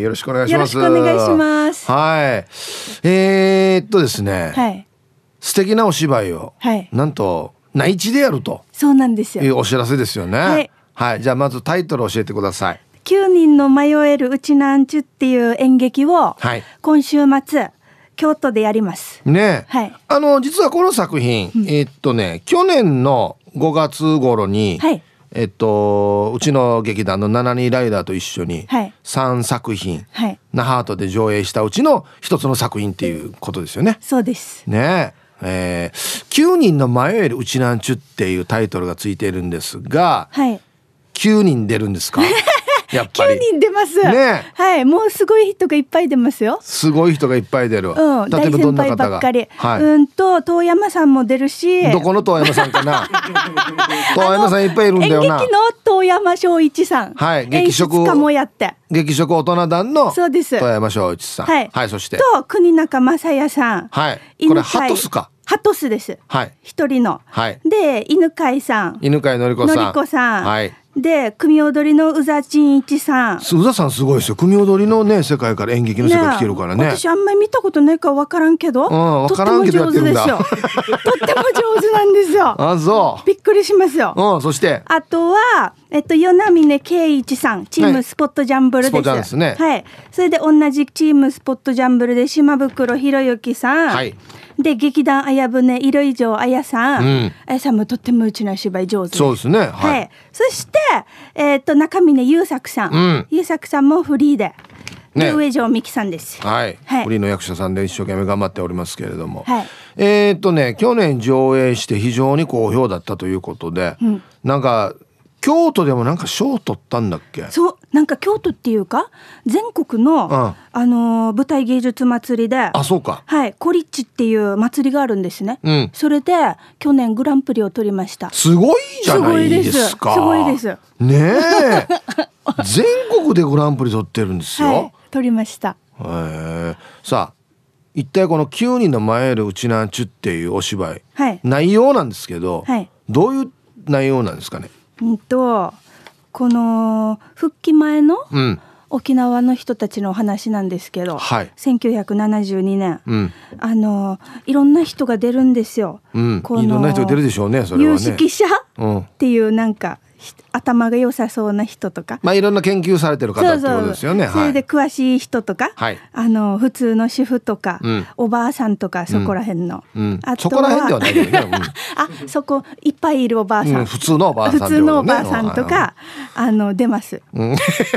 よろしくお願いします。 よろしくお願いします。 はい、えー、っとですね、 はい、 素敵なお芝居を、はい、なんと内地でやると。 そうなんですよ。 いうお知らせですよね。はい、はい、じゃあまずタイトル教えてください。 きゅうにんの迷えるうちなんちゅっていう演劇を、はい、今週末京都でやりますね。 はい、 あの実はこの作品、うん、えー、っとね去年のごがつ頃に、はい、えっとうちの劇団のななにライダーと一緒にさんさく品、はい、那覇とで上映したうちの一つの作品っていうことですよね。 そうですね。えー、きゅうにんの迷えるうちなんちゅっていうタイトルがついているんですが、はい、きゅうにん出るんですかやっぱりきゅうにん出ますね。 はい、もうすごい人がいっぱい出ますよ。 すごい人がいっぱい出る、 うん、例えばどんな方が大先輩ばっかり、はい、うんと遠山さんも出るし。 どこの遠山さんかな遠山さんいっぱいいるんだよな。 演劇の遠山翔一さん、 はい、劇食演出家もやって劇食大人団のそうです遠山翔一さん、 はい、 はい、そしてと国中正也さん、 はい、これハトスかハトスです。はい、一人の、はい、で犬飼さん、 犬飼のりこさん、 のりこさん、 はい、 で組踊りの宇佐真一さん。 宇佐さんすごいですよ。組踊りのね世界から演劇の世界来てるからね。 私あんまり見たことないから分からんけど、うん、 分からんけどやってるんだ。 とっても上手ですよとっても上手なんですよ。 あ、そうびっくりしますよ。 うん、そしてあとはえっと与那嶺圭一さん、チームスポットジャンブルです、はい、スポジャンですね。はい、それで同じチームスポットジャンブルで島袋博之さん、はい、で劇団綾船色以上綾さん、うん、綾さんもとってもうちの芝居上手です。 そうですね、はい、 はい、そしてえー、っと中峰優作さん、うん、優作さんもフリーで、ね、上条美希さんです、 はいはい、フリーの役者さんで一生懸命頑張っておりますけれども、はい、えー、っとね去年上映して非常に好評だったということで、うん、なんか京都でもなんか賞を取ったんだっけ。 そう、なんか京都っていうか全国の、うん、あのー、舞台芸術祭りで、 あ、そうか、 はい、コリッチっていう祭りがあるんですね、うん、それで去年グランプリを取りました。 すごいじゃないですか。 すごいです、すごいですねえ全国でグランプリ取ってるんですよ、はい、 取りました。 へえ。さあ一体このきゅうにんの迷えるうちなんちゅっていうお芝居、はい、内容なんですけど、はい、どういう内容なんですかね。 うんとこの復帰前の沖縄の人たちのお話なんですけど、はい、せんきゅうひゃくななじゅうにねん、うん、あのいろんな人が出るんですよ、 うん、このいろんな人が出るでしょうね。それはね、 有識者っていうなんか頭が良さそうな人とか、 まあ、いろんな研究されてる方ってことですよね。 そうそう、それで詳しい人とか、はい、あの普通の主婦とか、うん、おばあさんとかそこら辺の、うんうん、あとはそこら辺ではないけどね、うん、 あそこいっぱいいるおばあさん、うん、 普通のおばあさん、ね、 普通のおばあさんとか、うん、あの出ます、うん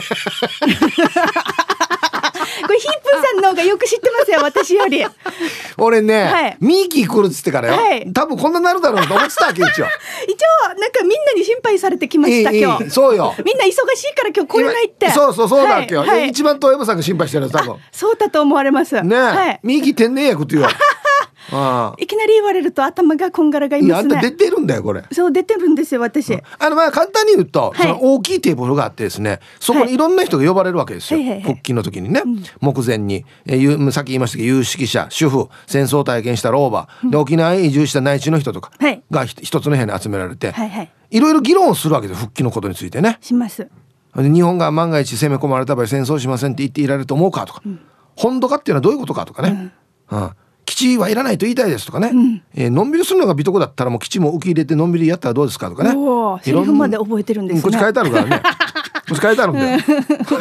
これヒップさんの方がよく知ってますよ私より。 俺ね、はい、ミーキー来るっつってからよ、はい、多分こんななるだろうと思ってたわけ一応一応なんかみんなに心配されてきました、いい今日。 そうよ、 みんな忙しいから今日来れないって。 そうそうそうだっけよ、はいはい、一番遠山さんが心配してる多分そうだと思われますね、はい、ミーキー天然薬っていうあいきなり言われると頭がこんがらがいますね。 いや、あんた出てるんだよこれ。 そう出てるんですよ私、うん、 あのまあ簡単に言うと、 はい、 その大きいテーブルがあってですね、そこにいろんな人が呼ばれるわけですよ、 はいはいはいはい、 復帰の時にね、 うん、 目前に、えー、さっき言いましたけど有識者、主婦、戦争体験した老婆、うん、で沖縄へ移住した内地の人とかが一つの部屋に集められて、はいはい、いろいろ議論をするわけです、復帰のことについてね。 します。 で日本が万が一攻め込まれた場合戦争しませんって言っていられると思うかとか、うん、本土化っていうのはどういうことかとかね、うんうん、基地はいらないと言いたいですとかね、うん、えー、のんびりするのが美徳だったらもう基地も受け入れてのんびりやったらどうですかとかね。 おセリフまで覚えてるんですね。 こっち書いてあるからねこっち書いてあるんだよいろ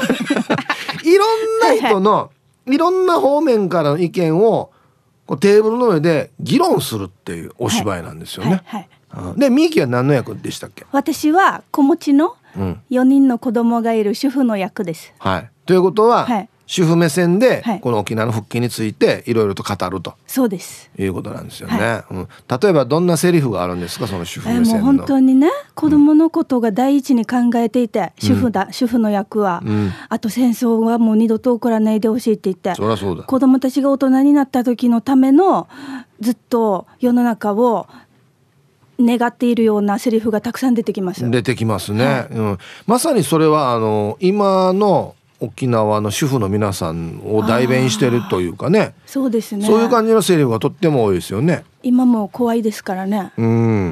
んな人の、はいはい、いろんな方面からの意見をこうテーブルの上で議論するっていうお芝居なんですよね、はいはいはい、でミーキーは何の役でしたっけ？ 私は子持ちのよにんの子供がいる主婦の役です、 はい、ということは、はい、主婦目線でこの沖縄の復帰についていろいろと語ると、 そうですいうことなんですよね、はい、うん、例えばどんなセリフがあるんですか、その主婦目線の。 えー、もう本当にね子供のことが第一に考えていて、うん、主婦だ主婦の役は、うん、あと戦争はもう二度と起こらないでほしいって言って、 そりゃそうだ、 子供たちが大人になった時のためのずっと世の中を願っているようなセリフがたくさん出てきます。 出てきますね、はい、うん、まさにそれはあの今の沖縄の主婦の皆さんを代弁してるというかね。 そうですね、 そういう感じのセリフがとっても多いですよね。 今も怖いですからね。 うん、うん、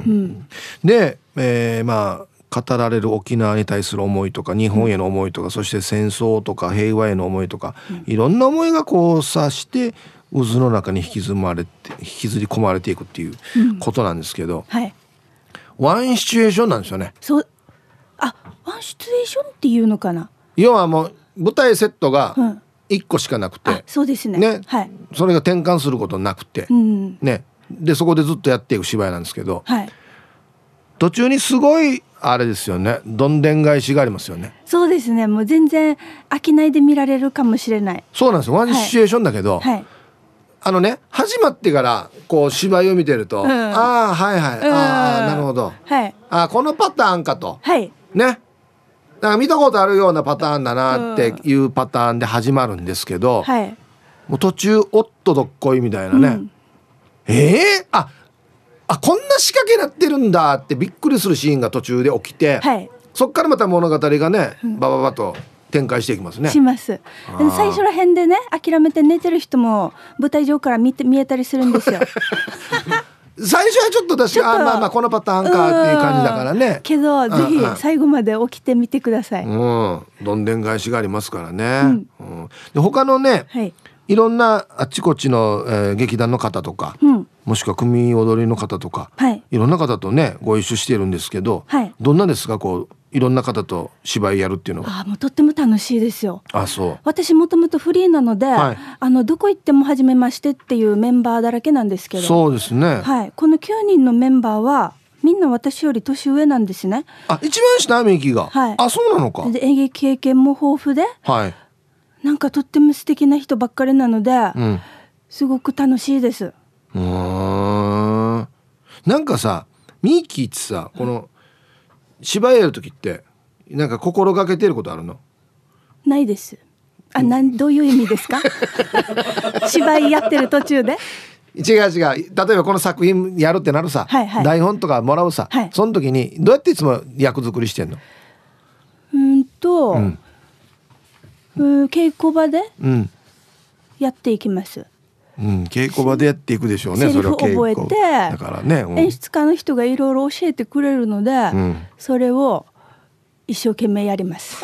で、えー、まあ語られる沖縄に対する思いとか日本への思いとか、うん、そして戦争とか平和への思いとか、うん、いろんな思いが交差して渦の中に引きずまれて引きずり込まれていくっていうことなんですけど、うん、はい、ワンシチュエーションなんですよね。 そう、あ、ワンシチュエーションっていうのかな。 要はもう舞台セットがいっこしかなくて、うん、 そうですね、 ね、 はい、 それが転換することなくて、うん、ね、でそこでずっとやっていく芝居なんですけど、はい、途中にすごいあれですよね、どんでん返しがありますよね。 そうですね、もう全然飽きないで見られるかもしれない。 そうなんですよ、ワンシチュエーションだけど、はいはい、あのね始まってからこう芝居を見てると、うん、ああはいはい、うん、ああなるほど、はい、あこのパターンかと、はい、ね、なんか見たことあるようなパターンだなっていうパターンで始まるんですけど、うん、はい、もう途中おっとどっこいみたいなね、うん、えー、ああこんな仕掛けなってるんだってびっくりするシーンが途中で起きて、はい、そっからまた物語がね、うん、バババと展開していきますね。 します。最初ら辺でね諦めて寝てる人も舞台上から見て見えたりするんですよ最初はちょっと確かあまあまあこのパターンかっていう感じだからね。 けどぜひ最後まで起きてみてください。 うん、どんでん返しがありますからね、うんうん、で他のね、はい、いろんなあっちこっちの、えー、劇団の方とか、うん、もしくは組踊りの方とか、はい、いろんな方とねご一緒しているんですけど、はい、どんなですか、こういろんな方と芝居やるっていうのは。 あもうとっても楽しいですよ。 あそう、 私もともとフリーなので、はい、あのどこ行っても初めましてっていうメンバーだらけなんですけど。 そうですね、 はい、このきゅうにんのメンバーはみんな私より年上なんですね。 あ一番下ミキが、はい、あそうなのか。 で演劇経験も豊富で、はい、なんかとっても素敵な人ばっかりなので、うん、すごく楽しいです。うーん、なんかさミキってさこの芝居やる時ってなんか心がけてることあるの？ ないです。あ、なんどういう意味ですか芝居やってる途中で。 違う違う、例えばこの作品やるってなるさ、はいはい、台本とかもらうさ、はい、その時にどうやっていつも役作りしてんの？ うんと、うん、うん稽古場でやっていきます、 うん、稽古場でやっていくでしょうね。 セリフ覚えてだからね、うん、 演出家の人がいろいろ教えてくれるので、うん、それを一生懸命やります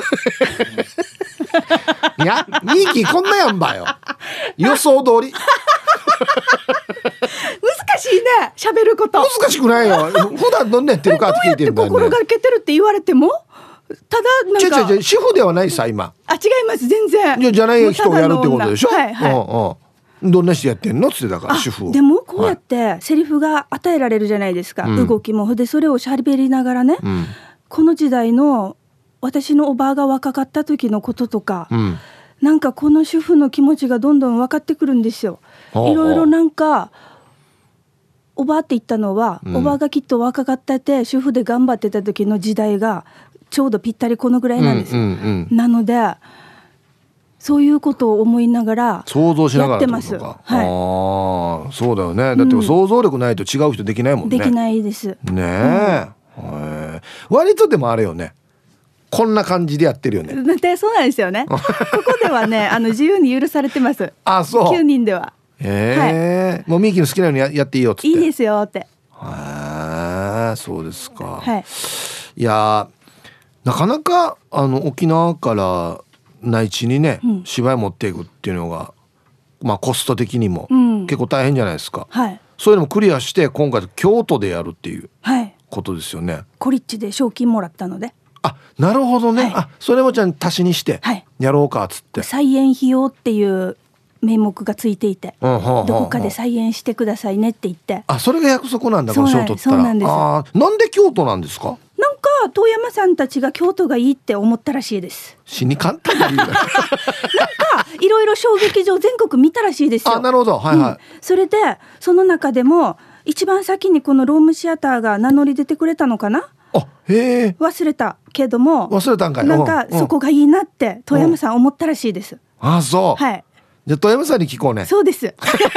いやミーキーこんなやんばよ予想通り難しいね、喋ること難しくないよ普段どんなやってるかって聞いてるんだよね。 どうやって心がけてるって言われてもただなんか違う違う主婦ではないさ今。 あ違います全然。 じゃじゃない人をやるってことでしょ。はいはい、うんうん、どんな人やってんのってだから主婦を。 でもこうやってセリフが与えられるじゃないですか、はい、動きもでそれをしゃべりながらね、うん、この時代の私のおばあが若かった時のこととか、うん、なんかこの主婦の気持ちがどんどん分かってくるんですよ。いろいろなんかおばあって言ったのは、うん、おばあがきっと若かったて主婦で頑張ってた時の時代がちょうどぴったりこのぐらいなんですよ、うんうんうん、なのでそういうことを思いながら想像しながらやってます。 はい、ああそうだよね。だって想像力ないと違う人できないもんね。 できないですねえ、うん、割とでもあれよね、こんな感じでやってるよね。 でそうなんですよねここではねあの自由に許されてます。 あそうきゅうにんではへえ、はい、もうミーキーの好きなように や, やっていいよっつって。 いいですよって。へえそうですか。 はい、 いやなかなかあの沖縄から内地にね、うん、芝居持っていくっていうのがまあコスト的にも結構大変じゃないですか、 うんはい、 そういうのもクリアして今回京都でやるっていうことですよね、はい、 コリッチで賞金もらったので。 あなるほどね、はい、あそれもちゃん足しにしてやろうかっつって、 はい、再演費用っていう名目がついていて、うん、どこかで再演してくださいねって言って、 あそれが約束なんだ。この賞取ったら。 そうなんです。 あなんで京都なんですか。 なんか遠山さんたちが京都がいいって思ったらしいです。 死に簡単な理由だなんかいろいろ小劇場全国見たらしいですよ。 あなるほど、はいはい、うん、 それでその中でも一番先にこのロームシアターが名乗り出てくれたのかな。 あへえ忘れたけども忘れたんかい。 なんかそこがいいなって遠山さん思ったらしいです、 うん、あそう、 はい、 じゃあ遠山さんに聞こうね。 そうですすいませんね、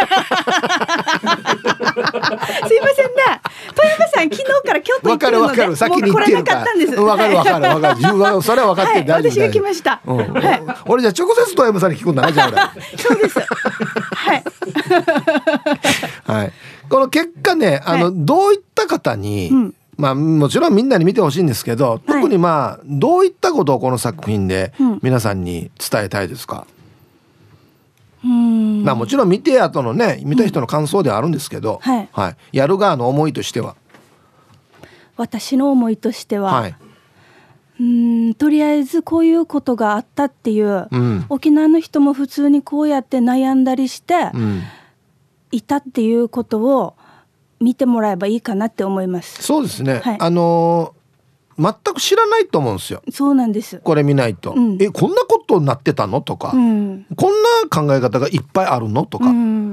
遠山さん昨日から京都行ってるのでわかるわかる、先に行ってるからもう来れなかったんです。 わかるわかるわかるそれは分かってる、 はい、 大丈夫私が来ました、 うんはい、 俺じゃあ直接遠山さんに聞くんだなじゃあ俺そうですはいはい、この結果ねあの、はい、どういった方に、うんまあ、もちろんみんなに見てほしいんですけど、はい、特にまあどういったことをこの作品で皆さんに伝えたいですか。うん、まあ、もちろん見て後のね見た人の感想ではあるんですけど、うんはいはい、やる側の思いとしては私の思いとしては、はい、うーんとりあえずこういうことがあったっていう、うん、沖縄の人も普通にこうやって悩んだりして、うん、いたっていうことを見てもらえばいいかなって思います。 そうですね、はい、あのー、全く知らないと思うんですよ。 そうなんです。 これ見ないと、うん、えこんなことになってたのとか、うん、こんな考え方がいっぱいあるのとか、うん、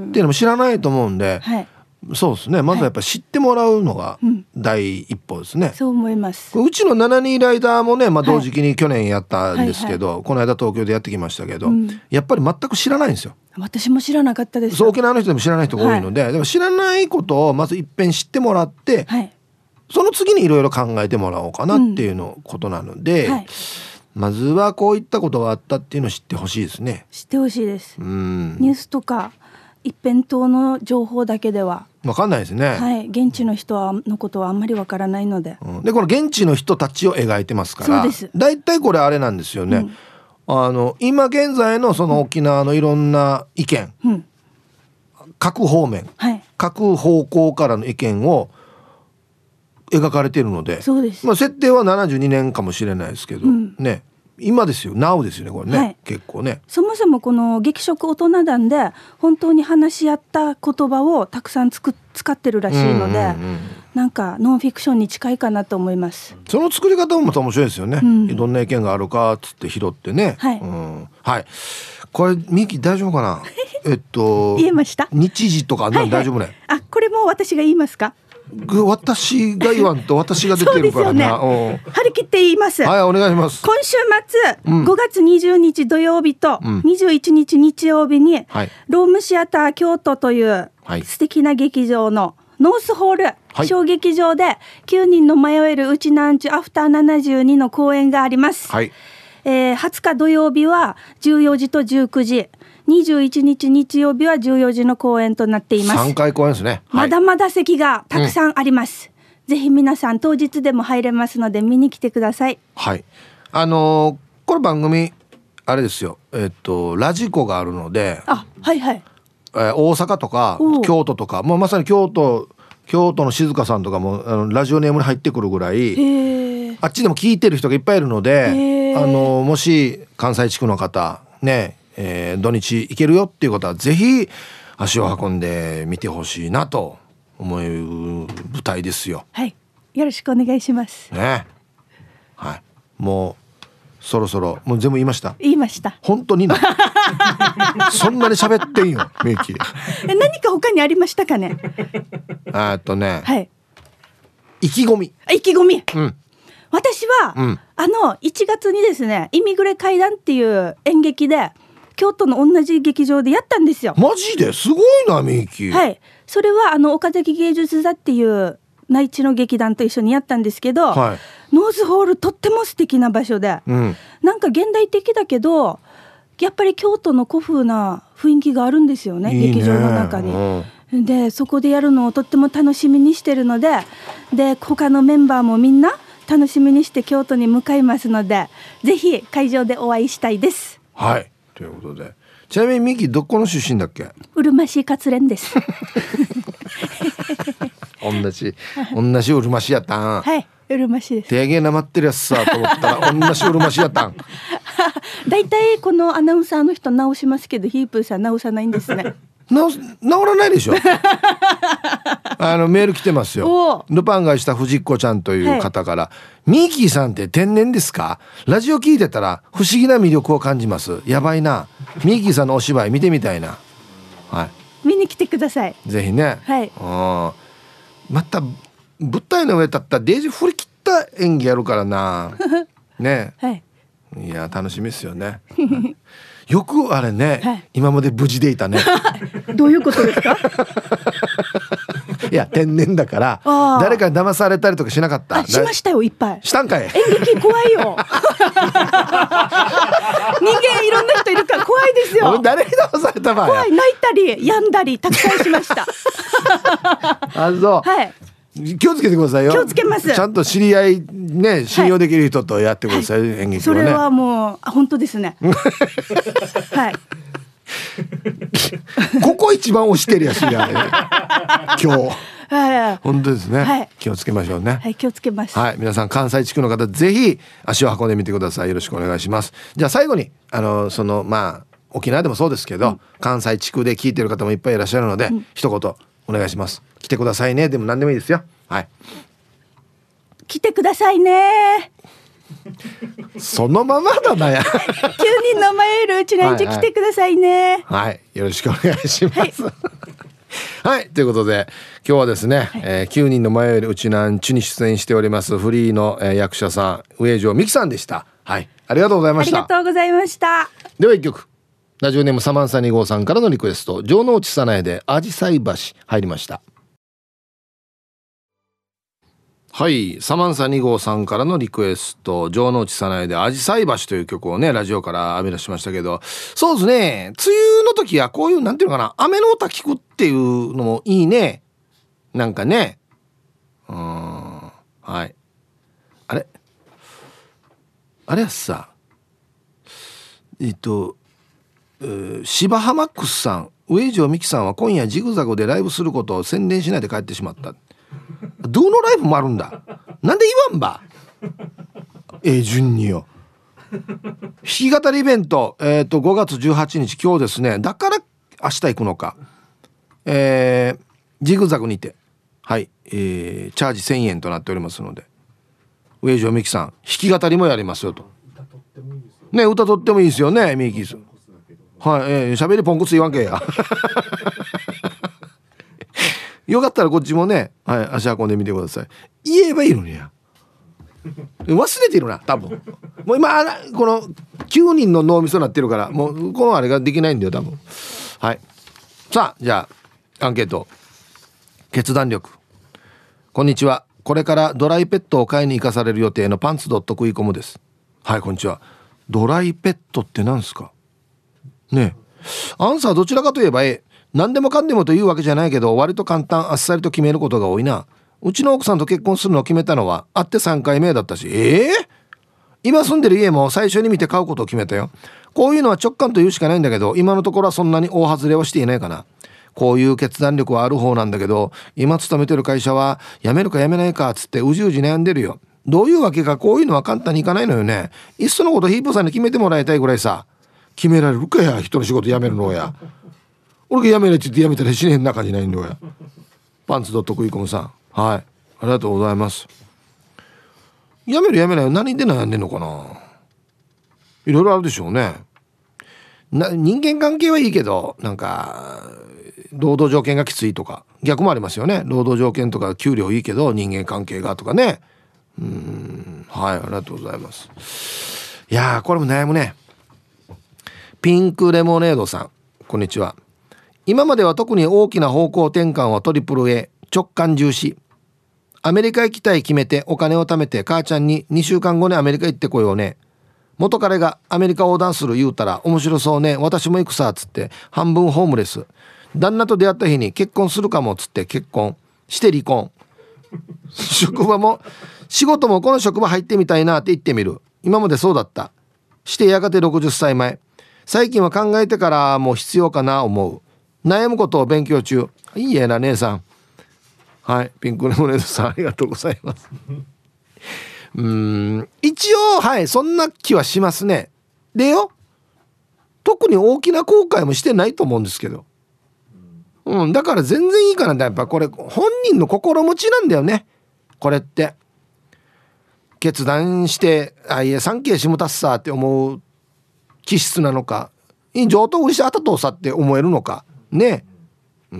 っていうのも知らないと思うんで、はい、そうですね、まずはやっぱ知ってもらうのが第一歩ですね、 はいうん、そう思います。 うちのななにライダーもね、まあ、同時期に去年やったんですけど、はいはいはい、この間東京でやってきましたけど、うん、やっぱり全く知らないんですよ。 私も知らなかったです。 そう沖縄の人でも知らない人が多いので、はい、でも知らないことをまず一遍知ってもらって、はい、その次にいろいろ考えてもらおうかなっていうのことなので、うんはい、まずはこういったことがあったっていうのを知ってほしいですね。 知ってほしいです。うんニュースとか一辺倒の情報だけでは分かんないですね、 はい、現地の人はのことはあんまり分からないので、 うん、でこの現地の人たちを描いてますから、 そうです。 だいたいこれあれなんですよね、うんあの今現在のその沖縄のいろんな意見、うん、各方面、はい、各方向からの意見を描かれているので、 そうです、 まあ、設定はななじゅうにねんかもしれないですけど、うん、ね今ですよ ナウ ですよねこれね、はい、結構ね。 そもそもこの劇食大人団で本当に話し合った言葉をたくさんつく使ってるらしいので、うんうんうん、なんかノンフィクションに近いかなと思います。 その作り方もまた面白いですよね、うん、いろんな意見があるかっつって拾ってね、はい、うん、はい、これミキ大丈夫かなえっと言えました日時とか大丈夫ね、はいはい、 あこれも私が言いますか。 私が言わんと私が出てるからな。 そうですよね、張り切って言います。 はいお願いします。 今週末、うん、ごがつにじゅうにち土曜日とにじゅういちにち日曜日に、うん、ロームシアター京都という素敵な劇場のノースホール、はい、小劇場できゅうにんの迷えるうちなんちゅアフターななじゅうにの公演があります、はいえー、はつか土曜日はじゅうよじとじゅうくじ、にじゅういちにち日曜日はじゅうよじの公演となっています。 さんかい公演ですね、 はい、まだまだ席がたくさんあります、うん、ぜひ皆さん当日でも入れますので見に来てください。 はい、あのー、この番組あれですよ、えっとラジコがあるので、 あはいはい、 えー、大阪とか京都とかもうまさに京都京都の静香さんとかもあのラジオネームに入ってくるぐらいあっちでも聞いてる人がいっぱいいるので、あのもし関西地区の方ね、えー、土日行けるよっていう方はぜひ足を運んで見てほしいなと思う舞台ですよ。 はい、よろしくお願いしますね。はい、もうそろそろもう全部言いました。 言いました。 本当になそんなに喋ってんよメイキー何か他にありましたかね。 あとね、 はい、 意気込み意気込み、 うん、 私は、うん、あのいちがつにですねイミグレ会談っていう演劇で京都の同じ劇場でやったんですよ。 マジですごいなみゆき。 はい、それはあの岡崎芸術座っていう内地の劇団と一緒にやったんですけど、はい、ノーズホールとっても素敵な場所で、うん、なんか現代的だけどやっぱり京都の古風な雰囲気があるんですよね、いいね、劇場の中に、うん、でそこでやるのをとっても楽しみにしてるので、で他のメンバーもみんな楽しみにして京都に向かいますので、ぜひ会場でお会いしたいです。 はい、ということで、ちなみにミキどこの出身だっけ？ うるま市勝連です。 同じ同じうるま市やったん。 はい、うるま市です。 手芸なまってるやつさと思ったら同じうるま市やったん。 だいたいこのアナウンサーの人直しますけど、ヒープーさん直さないんですね。 直治らないでしょ。あのメール来てますよ。ルパンがした藤子ちゃんという方から、はい、ミーキーさんって天然ですか？ラジオ聞いてたら不思議な魅力を感じます。やばいな、ミーキーさんのお芝居見てみたいな。はい、 見に来てください。 ぜひね。 はい、 あまた舞台の上立ったデージ振り切った演技やるからな。ね、はい、いや楽しみですよね。よくあれね、はい、今まで無事でいたね。 どういうことですか？ いや天然だから誰かに騙されたりとかしなかった？ しましたよ、いっぱい。 したんかい。 演劇怖いよ。人間いろんな人いるから怖いですよ。 誰に騙された場合、 怖い、泣いたり病んだりたくさんしました。 あ、そう。はい。気をつけてくださいよ。 気をつけます。 ちゃんと知り合いね、信用できる人とやってください、はい、演劇はね。 それはもう本当ですね。はい。 ここ一番押してるやしが、ね、今日。はい、本当ですね、はい、気をつけましょうね。 はい、気をつけます。 はい、皆さん関西地区の方ぜひ足を運んでみてください。よろしくお願いします。じゃあ最後にあのそのまあ沖縄でもそうですけど、うん、関西地区で聞いてる方もいっぱいいらっしゃるので、うん、一言お願いします。来てくださいね。でも何でもいいですよ。はい。 来てくださいね。 そのままだなや。きゅうにんのマエールうちなんち来てくださいね。 はい、はい、よろしくお願いします。はいはい、ということで今日はですね、はい、えー、きゅうにんの迷えるうちなんちに出演しておりますフリーの、えー、役者さん上条美希さんでした。はい、ありがとうございました。 ありがとうございました。 では一曲、ラジオネームサマンサに号さんからのリクエスト、城之内早苗であじさい橋入りました。はい、サマンサに号さんからのリクエスト、城之内早苗であじさい橋という曲をねラジオから浴び出しましたけど、そうですね、梅雨の時はこういうなんていうのかな、雨の歌聞くっていうのもいいね。なんかね、うーん、はい、あれあれやさ、えっと芝浜マックスさん、上条美希さんは今夜ジグザグでライブすることを宣伝しないで帰ってしまった。どのライブもあるんだ。なんで言わんば。ええ順によ。弾き語りイベント、えっとごがつじゅうはちにち、今日ですね。だから明日行くのか。えー、ジグザグにて、はい、えー、チャージせんえんとなっておりますので、上条美希さん弾き語りもやりますよと。ね、歌とってもいいですよね、ミキさん。はい、えー、喋りポンコツ言わんけや。よかったらこっちもね、はい、足運んでみてください。言えばいいのにや。忘れてるな、多分。もう今このきゅうにんの脳みそになってるから、もうこのあれができないんだよ多分。はい。さあ、じゃあアンケート。決断力。こんにちは。これからドライペットを買いに行かされる予定のパンツドット食い込むです。はい、こんにちは。ドライペットって何ですかね。アンサーどちらかといえばえ何でもかんでもというわけじゃないけど、割と簡単あっさりと決めることが多いな。うちの奥さんと結婚するのを決めたのは会ってさんかいめだったし、えー、今住んでる家も最初に見て買うことを決めたよ。こういうのは直感というしかないんだけど、今のところはそんなに大外れはしていないかな。こういう決断力はある方なんだけど、今勤めてる会社は辞めるか辞めないかっつってうじうじ悩んでるよ。どういうわけかこういうのは簡単にいかないのよね。いっそのことヒープさんに決めてもらいたいぐらいさ。決められるかや、人の仕事辞めるのや。俺が辞めないって言って辞めたら死ねへん中にないんだよ。パンツドット食い込むさん、はい、ありがとうございます。辞める辞めない何で悩んでんのかな。いろいろあるでしょうね。な人間関係はいいけど、なんか労働条件がきついとか、逆もありますよね。労働条件とか給料いいけど人間関係がとかね。うーん、はい、ありがとうございます。いやー、これも悩むね。 ピンクレモネードさん、こんにちは。今までは特に大きな方向転換はトリプル A 直感重視。アメリカ行きたい決めてお金を貯めて母ちゃんににしゅうかんごにアメリカ行ってこようね、元彼がアメリカ横断する言うたら面白そうね、私も行くさっつって半分ホームレス。旦那と出会った日に結婚するかもっつって結婚して離婚。職場も仕事もこの職場入ってみたいなって言ってみる。今までそうだった。してやがてろくじゅっさいまえ。最近は考えてからも必要かな思う。悩むことを勉強中。いいえな姉さん。はい、ピンクレモネードさんありがとうございます。うーん、一応はいそんな気はしますね。でよ、特に大きな後悔もしてないと思うんですけど、うん、だから全然いいかなって。やっぱこれ本人の心持ちなんだよね。これって決断してあいえ産経しむたっさって思う気質なのか、上等売りしてあたとうさって思えるのかね。うん、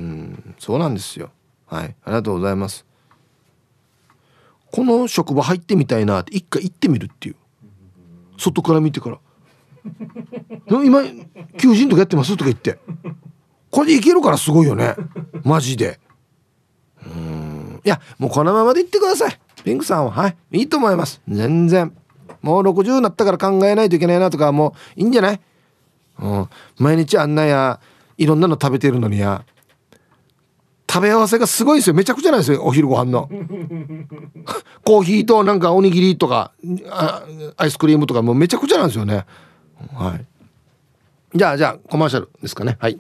そうなんですよ。はい、ありがとうございます。この職場入ってみたいなって一回行ってみるっていう、外から見てから今求人とかやってますとか言ってこれでいけるからすごいよねマジで。うーん、いやもうこのままで行ってくださいピンクさんは。はいいいと思います。全然もうろくじゅうになったから考えないといけないなとかもういいんじゃない。うん、毎日あんなやいろんなの食べてるのにや食べ合わせがすごいですよ。めちゃくちゃなんですよお昼ご飯のコーヒーとなんかおにぎりとかアイスクリームとかもうめちゃくちゃなんですよね。はい、じゃあじゃあコマーシャルですかね。はい。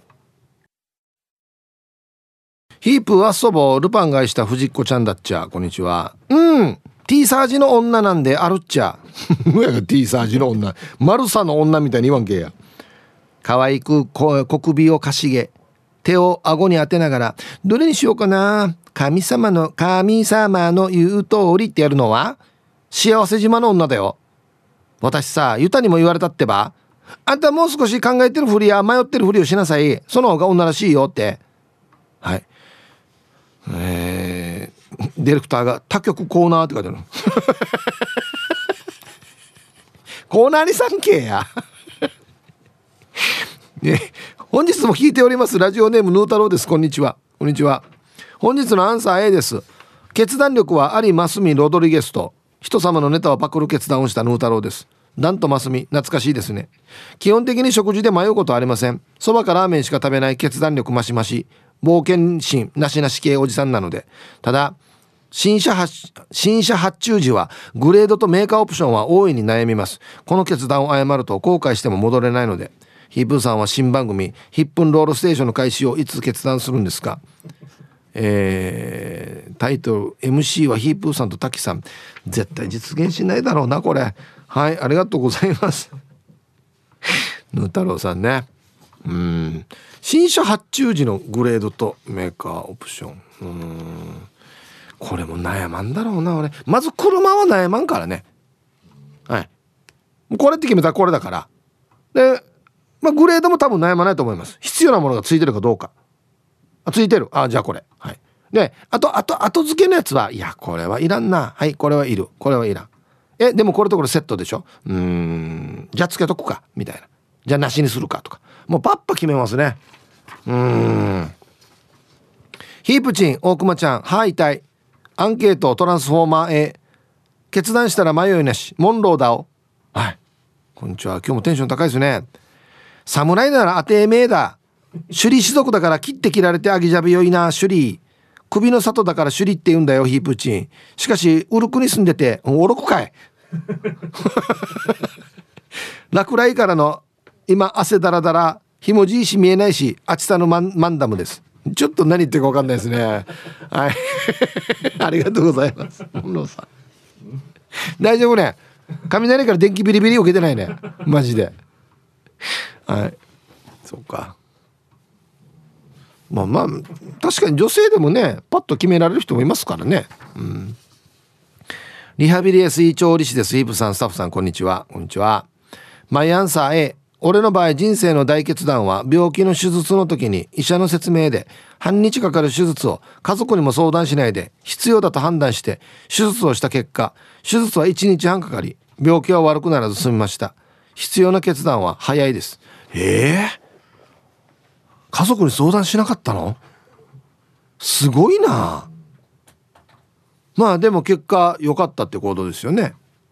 ヒープは祖母ルパンが愛した藤子ちゃんだっちゃ。こんにちは。うん T サージの女なんであるっちゃむやが T サージの女マルサの女みたいに言わんけや。可愛く小首をかしげ手を顎に当てながらどれにしようかな、神様の神様の言う通りってやるのは幸せ島の女だよ。私さユタにも言われたってば、あんたもう少し考えてるふりや迷ってるふりをしなさい、その方が女らしいよって。はい、えー、ディレクターが他局コーナーって書いてあるコーナーに産経やね、本日も聞いておりますラジオネームヌー太郎です。こんにちは。こんにちは。本日のアンサー A です。決断力はありますみロドリゲスと人様のネタをパクる決断をしたヌー太郎です。なんとますみ懐かしいですね。基本的に食事で迷うことはありません。そばかラーメンしか食べない決断力マシマシ冒険心なしなし系おじさんなので。ただ新車発新車発注時はグレードとメーカーオプションは大いに悩みます。この決断を誤ると後悔しても戻れないので。ヒープーさんは新番組ヒップンロールステーションの開始をいつ決断するんですか。えー、タイトル エムシー はヒープーさんとタキさん。絶対実現しないだろうなこれ。はい、ありがとうございますヌー太郎さんね。うん、新車発注時のグレードとメーカーオプション、うーんこれも悩まんだろうな俺。まず車は悩まんからね。はい、これって決めたらこれだからで、まあ、グレードも多分悩まないと思います。必要なものがついてるかどうか。あ、ついてる。あ、じゃあこれ。はい。で、あと、あと、後付けのやつは、いや、これはいらんな。はい、これはいる。これはいらん。え、でもこれとこれセットでしょ。うーん、じゃあつけとくか。みたいな。じゃあなしにするかとか。もうパッパ決めますね。うーん。ヒープチン、大熊ちゃん、はい、痛い。アンケート、トランスフォーマー A。決断したら迷いなし。モンローだお。はい。こんにちは。今日もテンション高いですね。侍なら当てめえだ。首里士族だから切って切られてあぎじゃびよいな。首里首の里だから首里って言うんだよヒープチン。しかしウルクに住んでておろこかい落雷からの今汗だらだらひもじいし見えないしあちさのマンマンダムです。ちょっと何言ってるか分かんないですねはいありがとうございます本郎さん大丈夫ね。雷から電気ビリビリ受けてないねマジで。はい、そうか。まあまあ確かに女性でもねパッと決められる人もいますからね。うん、リハビリエスイ調理師です。イープさんスタッフさんこんにちは。こんにちは。マイアンサー A。 俺の場合人生の大決断は病気の手術の時に医者の説明で半日かかる手術を家族にも相談しないで必要だと判断して手術をした結果手術はいちにちはんかかり病気は悪くならず済みました。必要な決断は早いです。 えー、家族に相談しなかったの？すごいな。まあでも結果良かったってことですよね。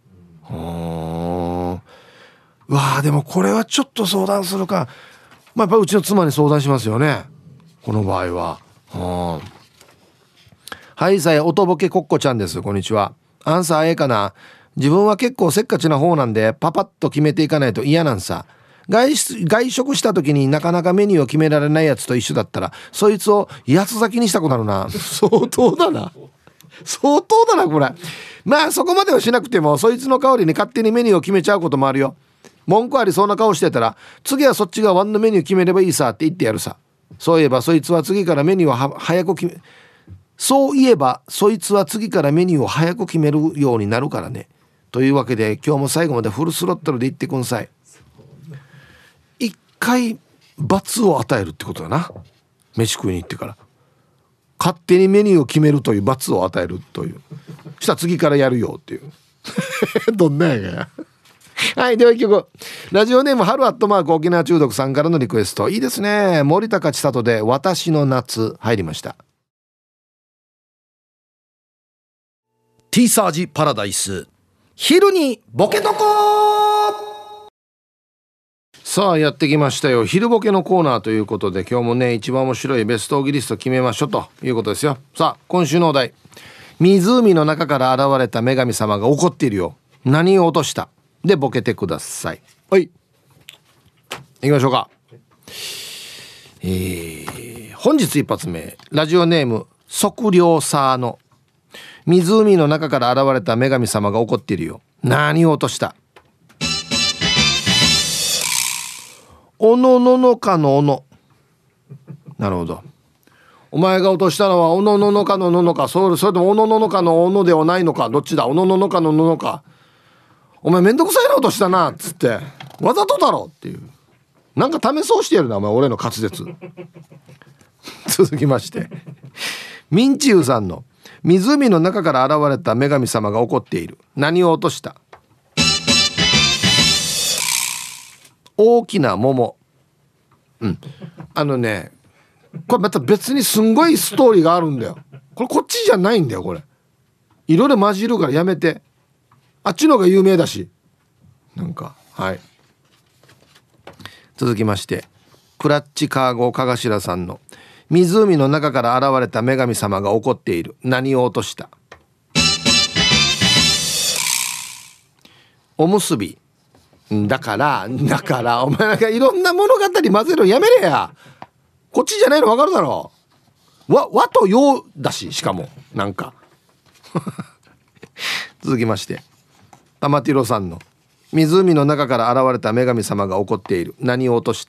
はあ。うわあ、でもこれはちょっと相談するか。まあやっぱうちの妻に相談しますよね、この場合は。はあ。はいさい、おとぼけこっこちゃんです。こんにちは。アンサー A かな。自分は結構せっかちな方なんでパパッと決めていかないと嫌なんさ。外出外食した時になかなかメニューを決められないやつと一緒だったらそいつを八つ咲きにしたくなるな。相当だな、相当だなこれ。まあそこまではしなくてもそいつの代わりに勝手にメニューを決めちゃうこともあるよ。文句ありそうな顔してたら次はそっちがワンのメニュー決めればいいさって言ってやるさ。そういえばそいつは次からメニューをは早く決めそういえばそいつは次からメニューを早く決めるようになるからね。というわけで今日も最後までフルスロットルで行ってくんさい。一回罰を与えるってことだな。飯食いに行ってから勝手にメニューを決めるという罰を与えるという。したら次からやるよっていうどんなやがはい、では一曲。ラジオネーム春アットマーク沖縄中毒さんからのリクエスト。いいですね。森高千里で私の夏入りました。 ティーサージパラダイス、昼にボケとこ。 さあやってきましたよ、昼ボケのコーナーということで、今日もね一番面白いベストオギリスト決めましょうということですよ。さあ今週のお題、湖の中から現れた女神様が怒っているよ、何を落としたでボケてください。はい、行きましょうか。えー、本日一発目、ラジオネーム測量サーの、湖の中から現れた女神様が怒っているよ、何を落とした。おのののかのおの。なるほど。お前が落としたのはおのののかのののか、それそれともおのののかのおのではないのか、どっちだ。おのののかのののか。お前めんどくさいな落としたなっつってわざとだろっていう、なんか試そうしてやるなお前俺の滑舌続きまして、ミンチユさんの、湖の中から現れた女神様が怒っている、何を落とした。大きな桃。うん、あのねこれまた別にすんごいストーリーがあるんだよ。これこっちじゃないんだよ、これいろいろ混じるからやめて。あっちの方が有名だしなんか。はい、続きまして、クラッチカーゴかがしらさんの、湖の中から現れた女神様が怒っている、何を落とした。おむすび。だからだからお前なんかいろんな物語混ぜるのやめれや。こっちじゃないの分かるだろ。和和と洋だし、しかもなんか続きまして、玉ティロさんの、湖の中から現れた女神様が怒っている、何を落とした。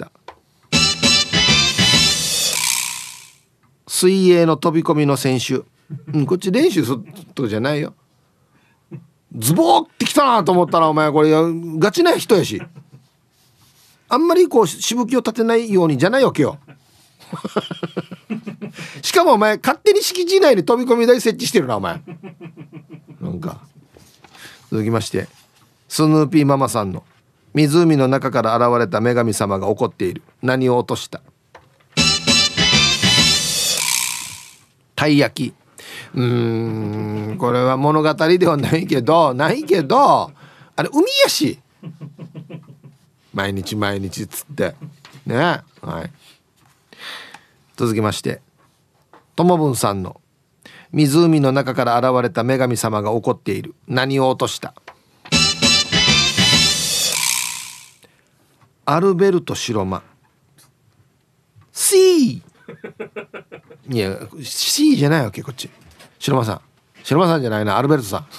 水泳の飛び込みの選手、うん、こっち練習するとかじゃないよ。ズボーってきたなと思ったらお前これガチな人やし、あんまりこうしぶきを立てないようにじゃないわけよしかもお前勝手に敷地内に飛び込み台設置してるなお前なんか。続きまして、スヌーピーママさんの、湖の中から現れた女神様が怒っている、何を落とした。たい焼き。うーん、これは物語ではないけどないけどあれ海やし毎日毎日つってね。はい、続きまして、ともぶんさんの、湖の中から現れた女神様が怒っている、何を落とした。アルベルト白間。 C いや C じゃないわけこっち。白間さん白間さんじゃないな、アルベルトさん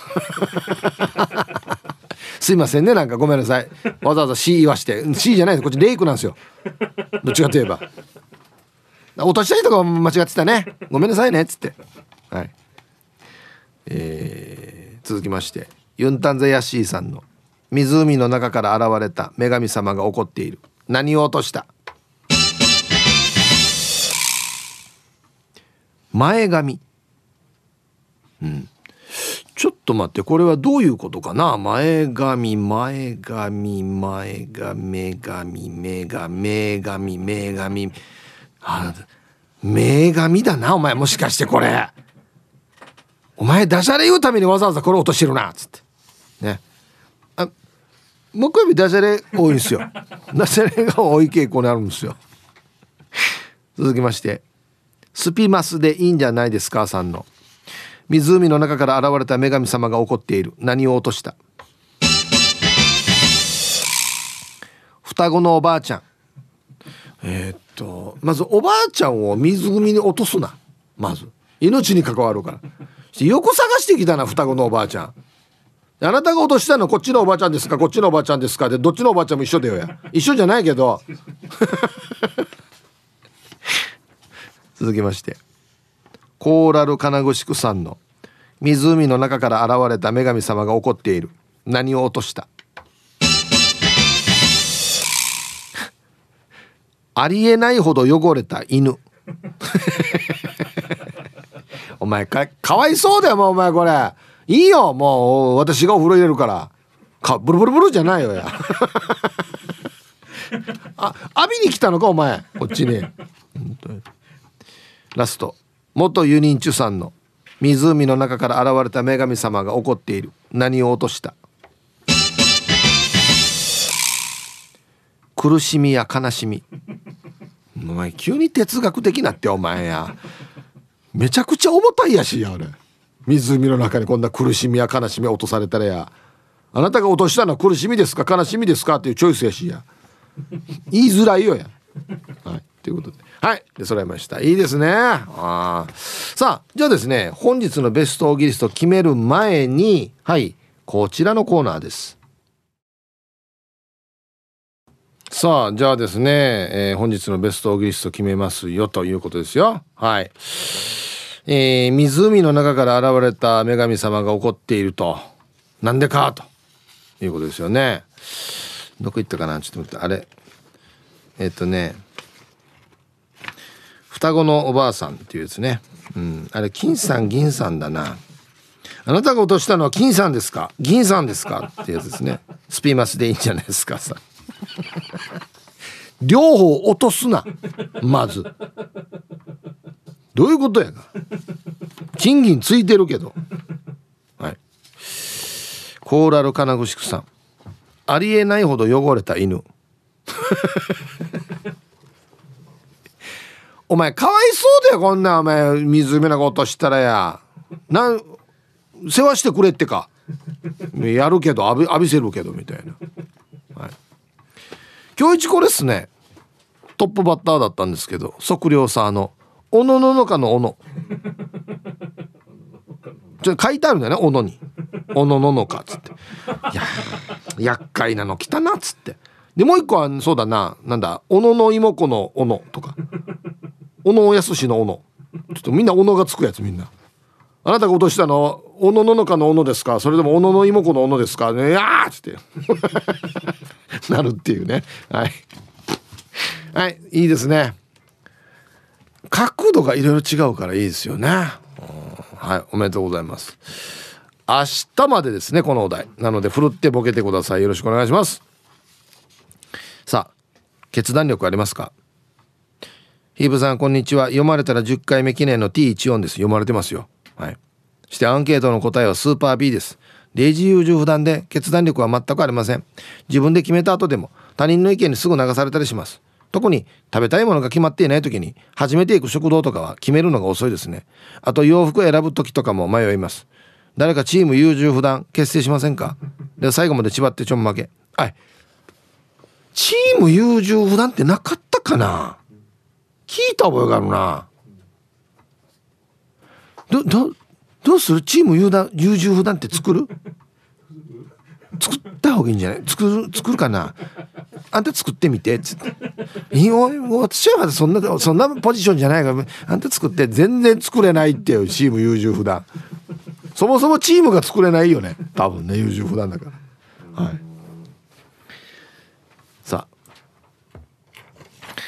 すいませんね、なんかごめんなさい、わざわざ C 言わして C じゃないです、こっちレイクなんですよ、どっちかといえば。落とした人が間違ってたね、ごめんなさいねっつって。はい、えー、続きまして、ユンタンザヤッシーさんの、湖の中から現れた女神様が怒っている、何を落とした。前髪。うん、ちょっと待って、これはどういうことかな。前髪前髪前髪目髪目髪目髪目髪、あ、目髪だなお前。もしかしてこれお前ダジャレ言うためにわざわざこれ落としてるなっつってね。あ、木曜日ダジャレ多いんですよ。ダジャレが多い傾向にあるんですよ。続きまして、スピマスでいいんじゃないですかさんの、湖の中から現れた女神様が怒っている。何を落とした？双子のおばあちゃん。えー、っとまずおばあちゃんを湖に落とすな。まず命に関わるから。横探してきたな、双子のおばあちゃん。あなたが落としたのこっちのおばあちゃんですかこっちのおばあちゃんですかで、どっちのおばあちゃんも一緒だよや。一緒じゃないけど続きまして、コーラル金具宿さんの、湖の中から現れた女神様が怒っている。何を落とした？ありえないほど汚れた犬お前 か, かわいそうだよもう。お前これいいよ、もう私がお風呂入れるからか、ブルブルブルじゃないよやあ、浴びに来たのかお前こっちに。ラスト、元ユニンチュさんの、湖の中から現れた女神様が怒っている。何を落とした？苦しみや悲しみ。お前急に哲学的なってお前や。めちゃくちゃ重たいやしや、あれ。湖の中にこんな苦しみや悲しみ落とされたらや、あなたが落としたのは苦しみですか悲しみですかっていうチョイスやしや。言いづらいよや。はい、ということで、はい、で揃いました。いいですね。あ、さあじゃあですね、本日のベストオギリスト決める前に、はい、こちらのコーナーです。さあじゃあですね、えー、本日のベストオギリスト決めますよということですよ。はい、えー、湖の中から現れた女神様が怒っていると。なんでかということですよね。どこ行ったかな、ちょっと待って、あれえっとね双子のおばあさんっていうですね、うん、あれ金さん銀さんだな。あなたが落としたのは金さんですか銀さんですかっていうやつですね。スピーマスでいいんじゃないですかさ両方落とすな。まずどういうことやな。金銀ついてるけど。はい、コーラル金具宿さん、ありえないほど汚れた犬お前かわいそうだよこんな。お前湖なんか落としたらや、なん世話してくれってかやるけど浴び、浴びせるけどみたいな。はい、今日一これっすね、トップバッターだったんですけど、測量サーのおのののかのおのちょっと書いてあるんだよね、おのにおのののかっつって、いや厄介なの来たなっつって。でもう一個はそうだな、なんだ、おのの妹子のおのとか、小野やすしのおの、ちょっとみんなおのがつくやつ。みんなあなたが落としたのおのののかのおのですか、それでもおのの妹子のおのですかね、いやーっつってなるっていうね。はいはい、いいですね。角度がいろいろ違うからいいですよね。はい、おめでとうございます。明日までですねこのお題なので、ふるってボケてください。よろしくお願いします。さあ決断力ありますか。ヒーブさんこんにちは。読まれたらじゅっかいめ記念の ティーじゅうよん です。読まれてますよ。はい。してアンケートの答えはスーパー B です。レイジ優柔不断で決断力は全くありません。自分で決めた後でも他人の意見にすぐ流されたりします。特に食べたいものが決まっていない時に初めて行く食堂とかは決めるのが遅いですね。あと洋服を選ぶ時とかも迷います。誰かチーム優柔不断結成しませんか。で最後まで縛ってちょんまげ。はい、チーム優柔不断ってなかったかな。聞いた覚えがあるな。どどどうする。チーム優柔不断って作る作った方がいいんじゃない。作る作るかな。あんた作ってみてっつって。いいよ私はそんなそんなポジションじゃないからあんた作って。全然作れないっていうチーム優柔不断。そもそもチームが作れないよね多分ね、優柔不断だから。はい、さあ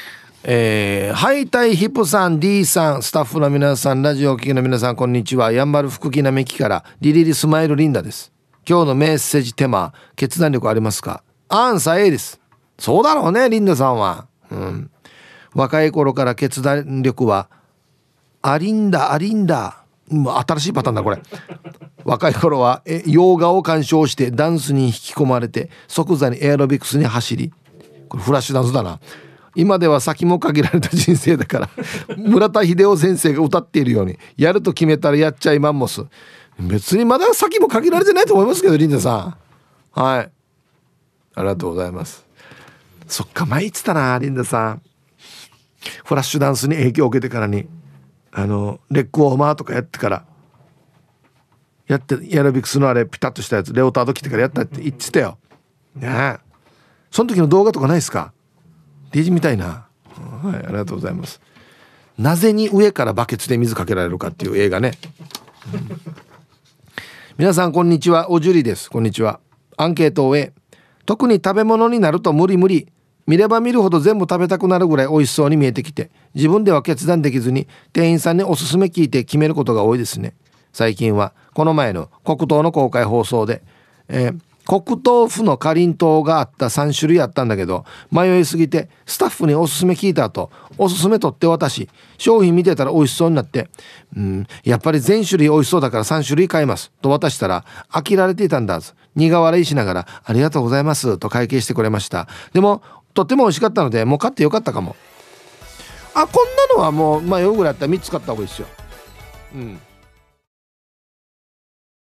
えー、ハイタイヒップさん D さんスタッフの皆さんラジオを聴きの皆さんこんにちは。やんばる福木並木からリリリスマイルリンダです。今日のメッセージテーマ決断力ありますか？アンサー A です。そうだろうねリンダさんは、うん、若い頃から決断力はありんだありんだ。もう新しいパターンだこれ。若い頃はえ洋画を鑑賞してダンスに引き込まれて即座にエアロビクスに走り、これフラッシュダンスだな。今では先も限られた人生だから村田秀夫先生が歌っているようにやると決めたらやっちゃいマンモス。別にまだ先も限られてないと思いますけどリンダさん、はい、ありがとうございます。そっか前言ってたなリンダさん。フラッシュダンスに影響を受けてからにあのレッグウォーマーとかやってからやってエアロビクスのあれピタッとしたやつレオタード着てからやったって言ってたよねえ。その時の動画とかないですか？デジみたいな、はい、ありがとうございます。なぜに上からバケツで水かけられるかっていう映画ね、うん、皆さんこんにちは、おじゅりです。こんにちは。アンケートを終え、特に食べ物になると無理無理、見れば見るほど全部食べたくなるぐらい美味しそうに見えてきて自分では決断できずに店員さんにおすすめ聞いて決めることが多いですね。最近はこの前の黒糖の公開放送で、えー黒糖府のかりんとうがあったさん種類あったんだけど迷いすぎてスタッフにおすすめ聞いた後おすすめ取って渡し商品見てたら美味しそうになって、うんやっぱり全種類美味しそうだからさん種類買いますと渡したら飽きられていたんだ。苦笑いしながらありがとうございますと会計してくれました。でもとっても美味しかったのでもう買ってよかったかも。あこんなのはもう迷うぐらいだったらみっつ買った方がいいですよ。うん